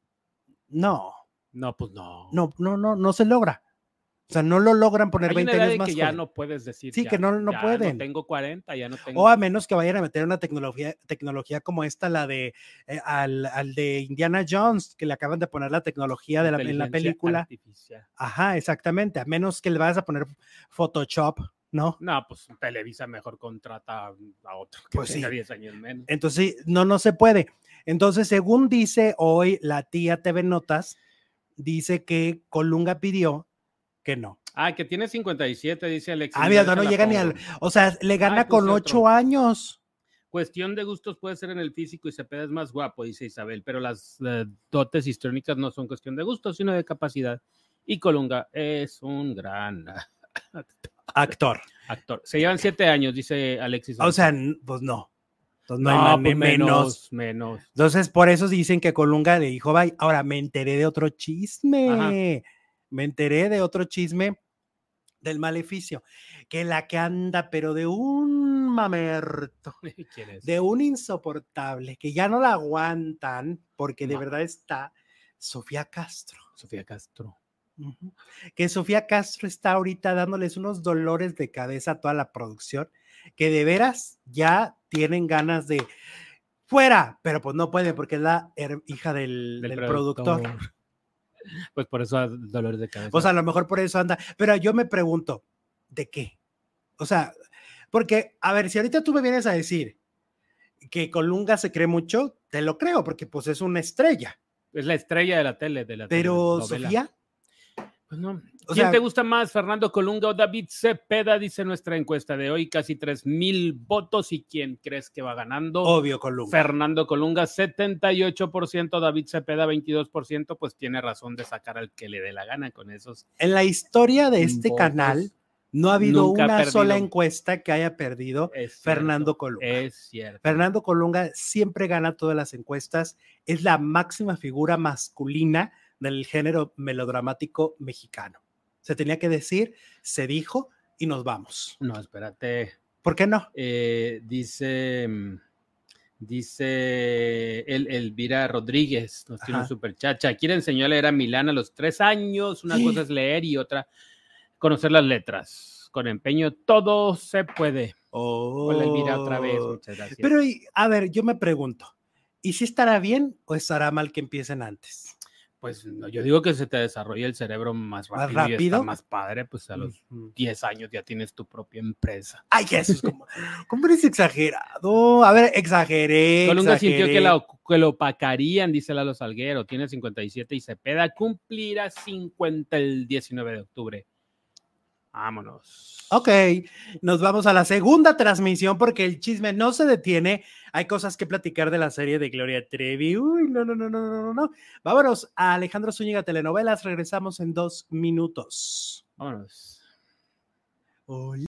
No. No, pues no. No, no, no, no se logra. O sea, no lo logran poner Hay veinte una edad años de más que joven. ya no puedes decir. Sí, ya, que no, no ya pueden. No tengo cuarenta, ya no tengo. O a menos que vayan a meter una tecnología, tecnología como esta, la de eh, al, al de Indiana Jones, que le acaban de poner la tecnología de la, en la película. Artificial. Ajá, exactamente. A menos que le vayas a poner Photoshop, ¿no? No, pues Televisa mejor contrata a otro que pues tenga sí. diez años menos. Entonces, no, no se puede. Entonces, según dice hoy la tía T V Notas, dice que Colunga pidió que no. Ah, que tiene cincuenta y siete, dice Alexis. Ah, mira, no, no llega ni al. O sea, le gana ah, con ocho años. Cuestión de gustos puede ser en el físico y Cepeda es más guapo, dice Isabel, pero las uh, dotes históricas no son cuestión de gustos, sino de capacidad. Y Colunga es un gran actor. Actor. Se llevan siete años, dice Alexis. O sea, pues no. Entonces, no, no hay man- pues menos, menos, menos. Entonces, por eso dicen que Colunga le dijo, bye. Ahora, me enteré de otro chisme. Ajá. Me enteré de otro chisme del Maleficio, que la que anda, pero de un mamerto, ¿Quién es? de un insoportable, que ya no la aguantan, porque de Ma. verdad está Sofía Castro. Sofía Castro. Uh-huh. Que Sofía Castro está ahorita dándoles unos dolores de cabeza a toda la producción, que de veras ya tienen ganas de fuera, pero pues no pueden porque es la hija del, del, del productor. productor. Pues por eso dolores de cabeza. Pues a lo mejor por eso anda. Pero yo me pregunto, ¿de qué? O sea, porque, a ver, si ahorita tú me vienes a decir que Colunga se cree mucho, te lo creo, porque pues es una estrella. Es la estrella de la tele, de la Pero Sofía. Pues no. O ¿Quién sea, te gusta más, Fernando Colunga o David Cepeda? Dice nuestra encuesta de hoy, casi tres mil votos. ¿Y quién crees que va ganando? Obvio, Colunga. Fernando Colunga, setenta y ocho por ciento, David Cepeda, veintidós por ciento, pues tiene razón de sacar al que le dé la gana con esos. En la historia de este votos, canal no ha habido una sola encuesta que haya perdido es Fernando cierto, Colunga. Es cierto. Fernando Colunga siempre gana todas las encuestas, es la máxima figura masculina del género melodramático mexicano. Se tenía que decir, se dijo y nos vamos. No, espérate. ¿Por qué no? Eh, dice, dice el, Elvira Rodríguez, nos tiene un superchacha. Quiere enseñar a leer a Milán a los tres años. Una cosa es leer y otra conocer las letras. Con empeño todo se puede. Oh. Hola Elvira otra vez, muchas gracias. Pero, a ver, yo me pregunto, ¿y si estará bien o estará mal que empiecen antes? Pues no, yo digo que se te desarrolla el cerebro más rápido, ¿Más rápido? Y está más padre, pues a los uh-huh. diez años ya tienes tu propia empresa. Ay, eso es como, ¿cómo eres exagerado? A ver, exageré, Colunga exageré. sintió que, la, que lo opacarían, dice Lalo Salguero, tiene cincuenta y siete y Cepeda cumplirá cincuenta el diecinueve de octubre. Vámonos. Ok, nos vamos a la segunda transmisión porque el chisme no se detiene. Hay cosas que platicar de la serie de Gloria Trevi. Uy, no, no, no, no, no, no. Vámonos a Alejandro Zúñiga Telenovelas. Regresamos en dos minutos. Vámonos. Hoy.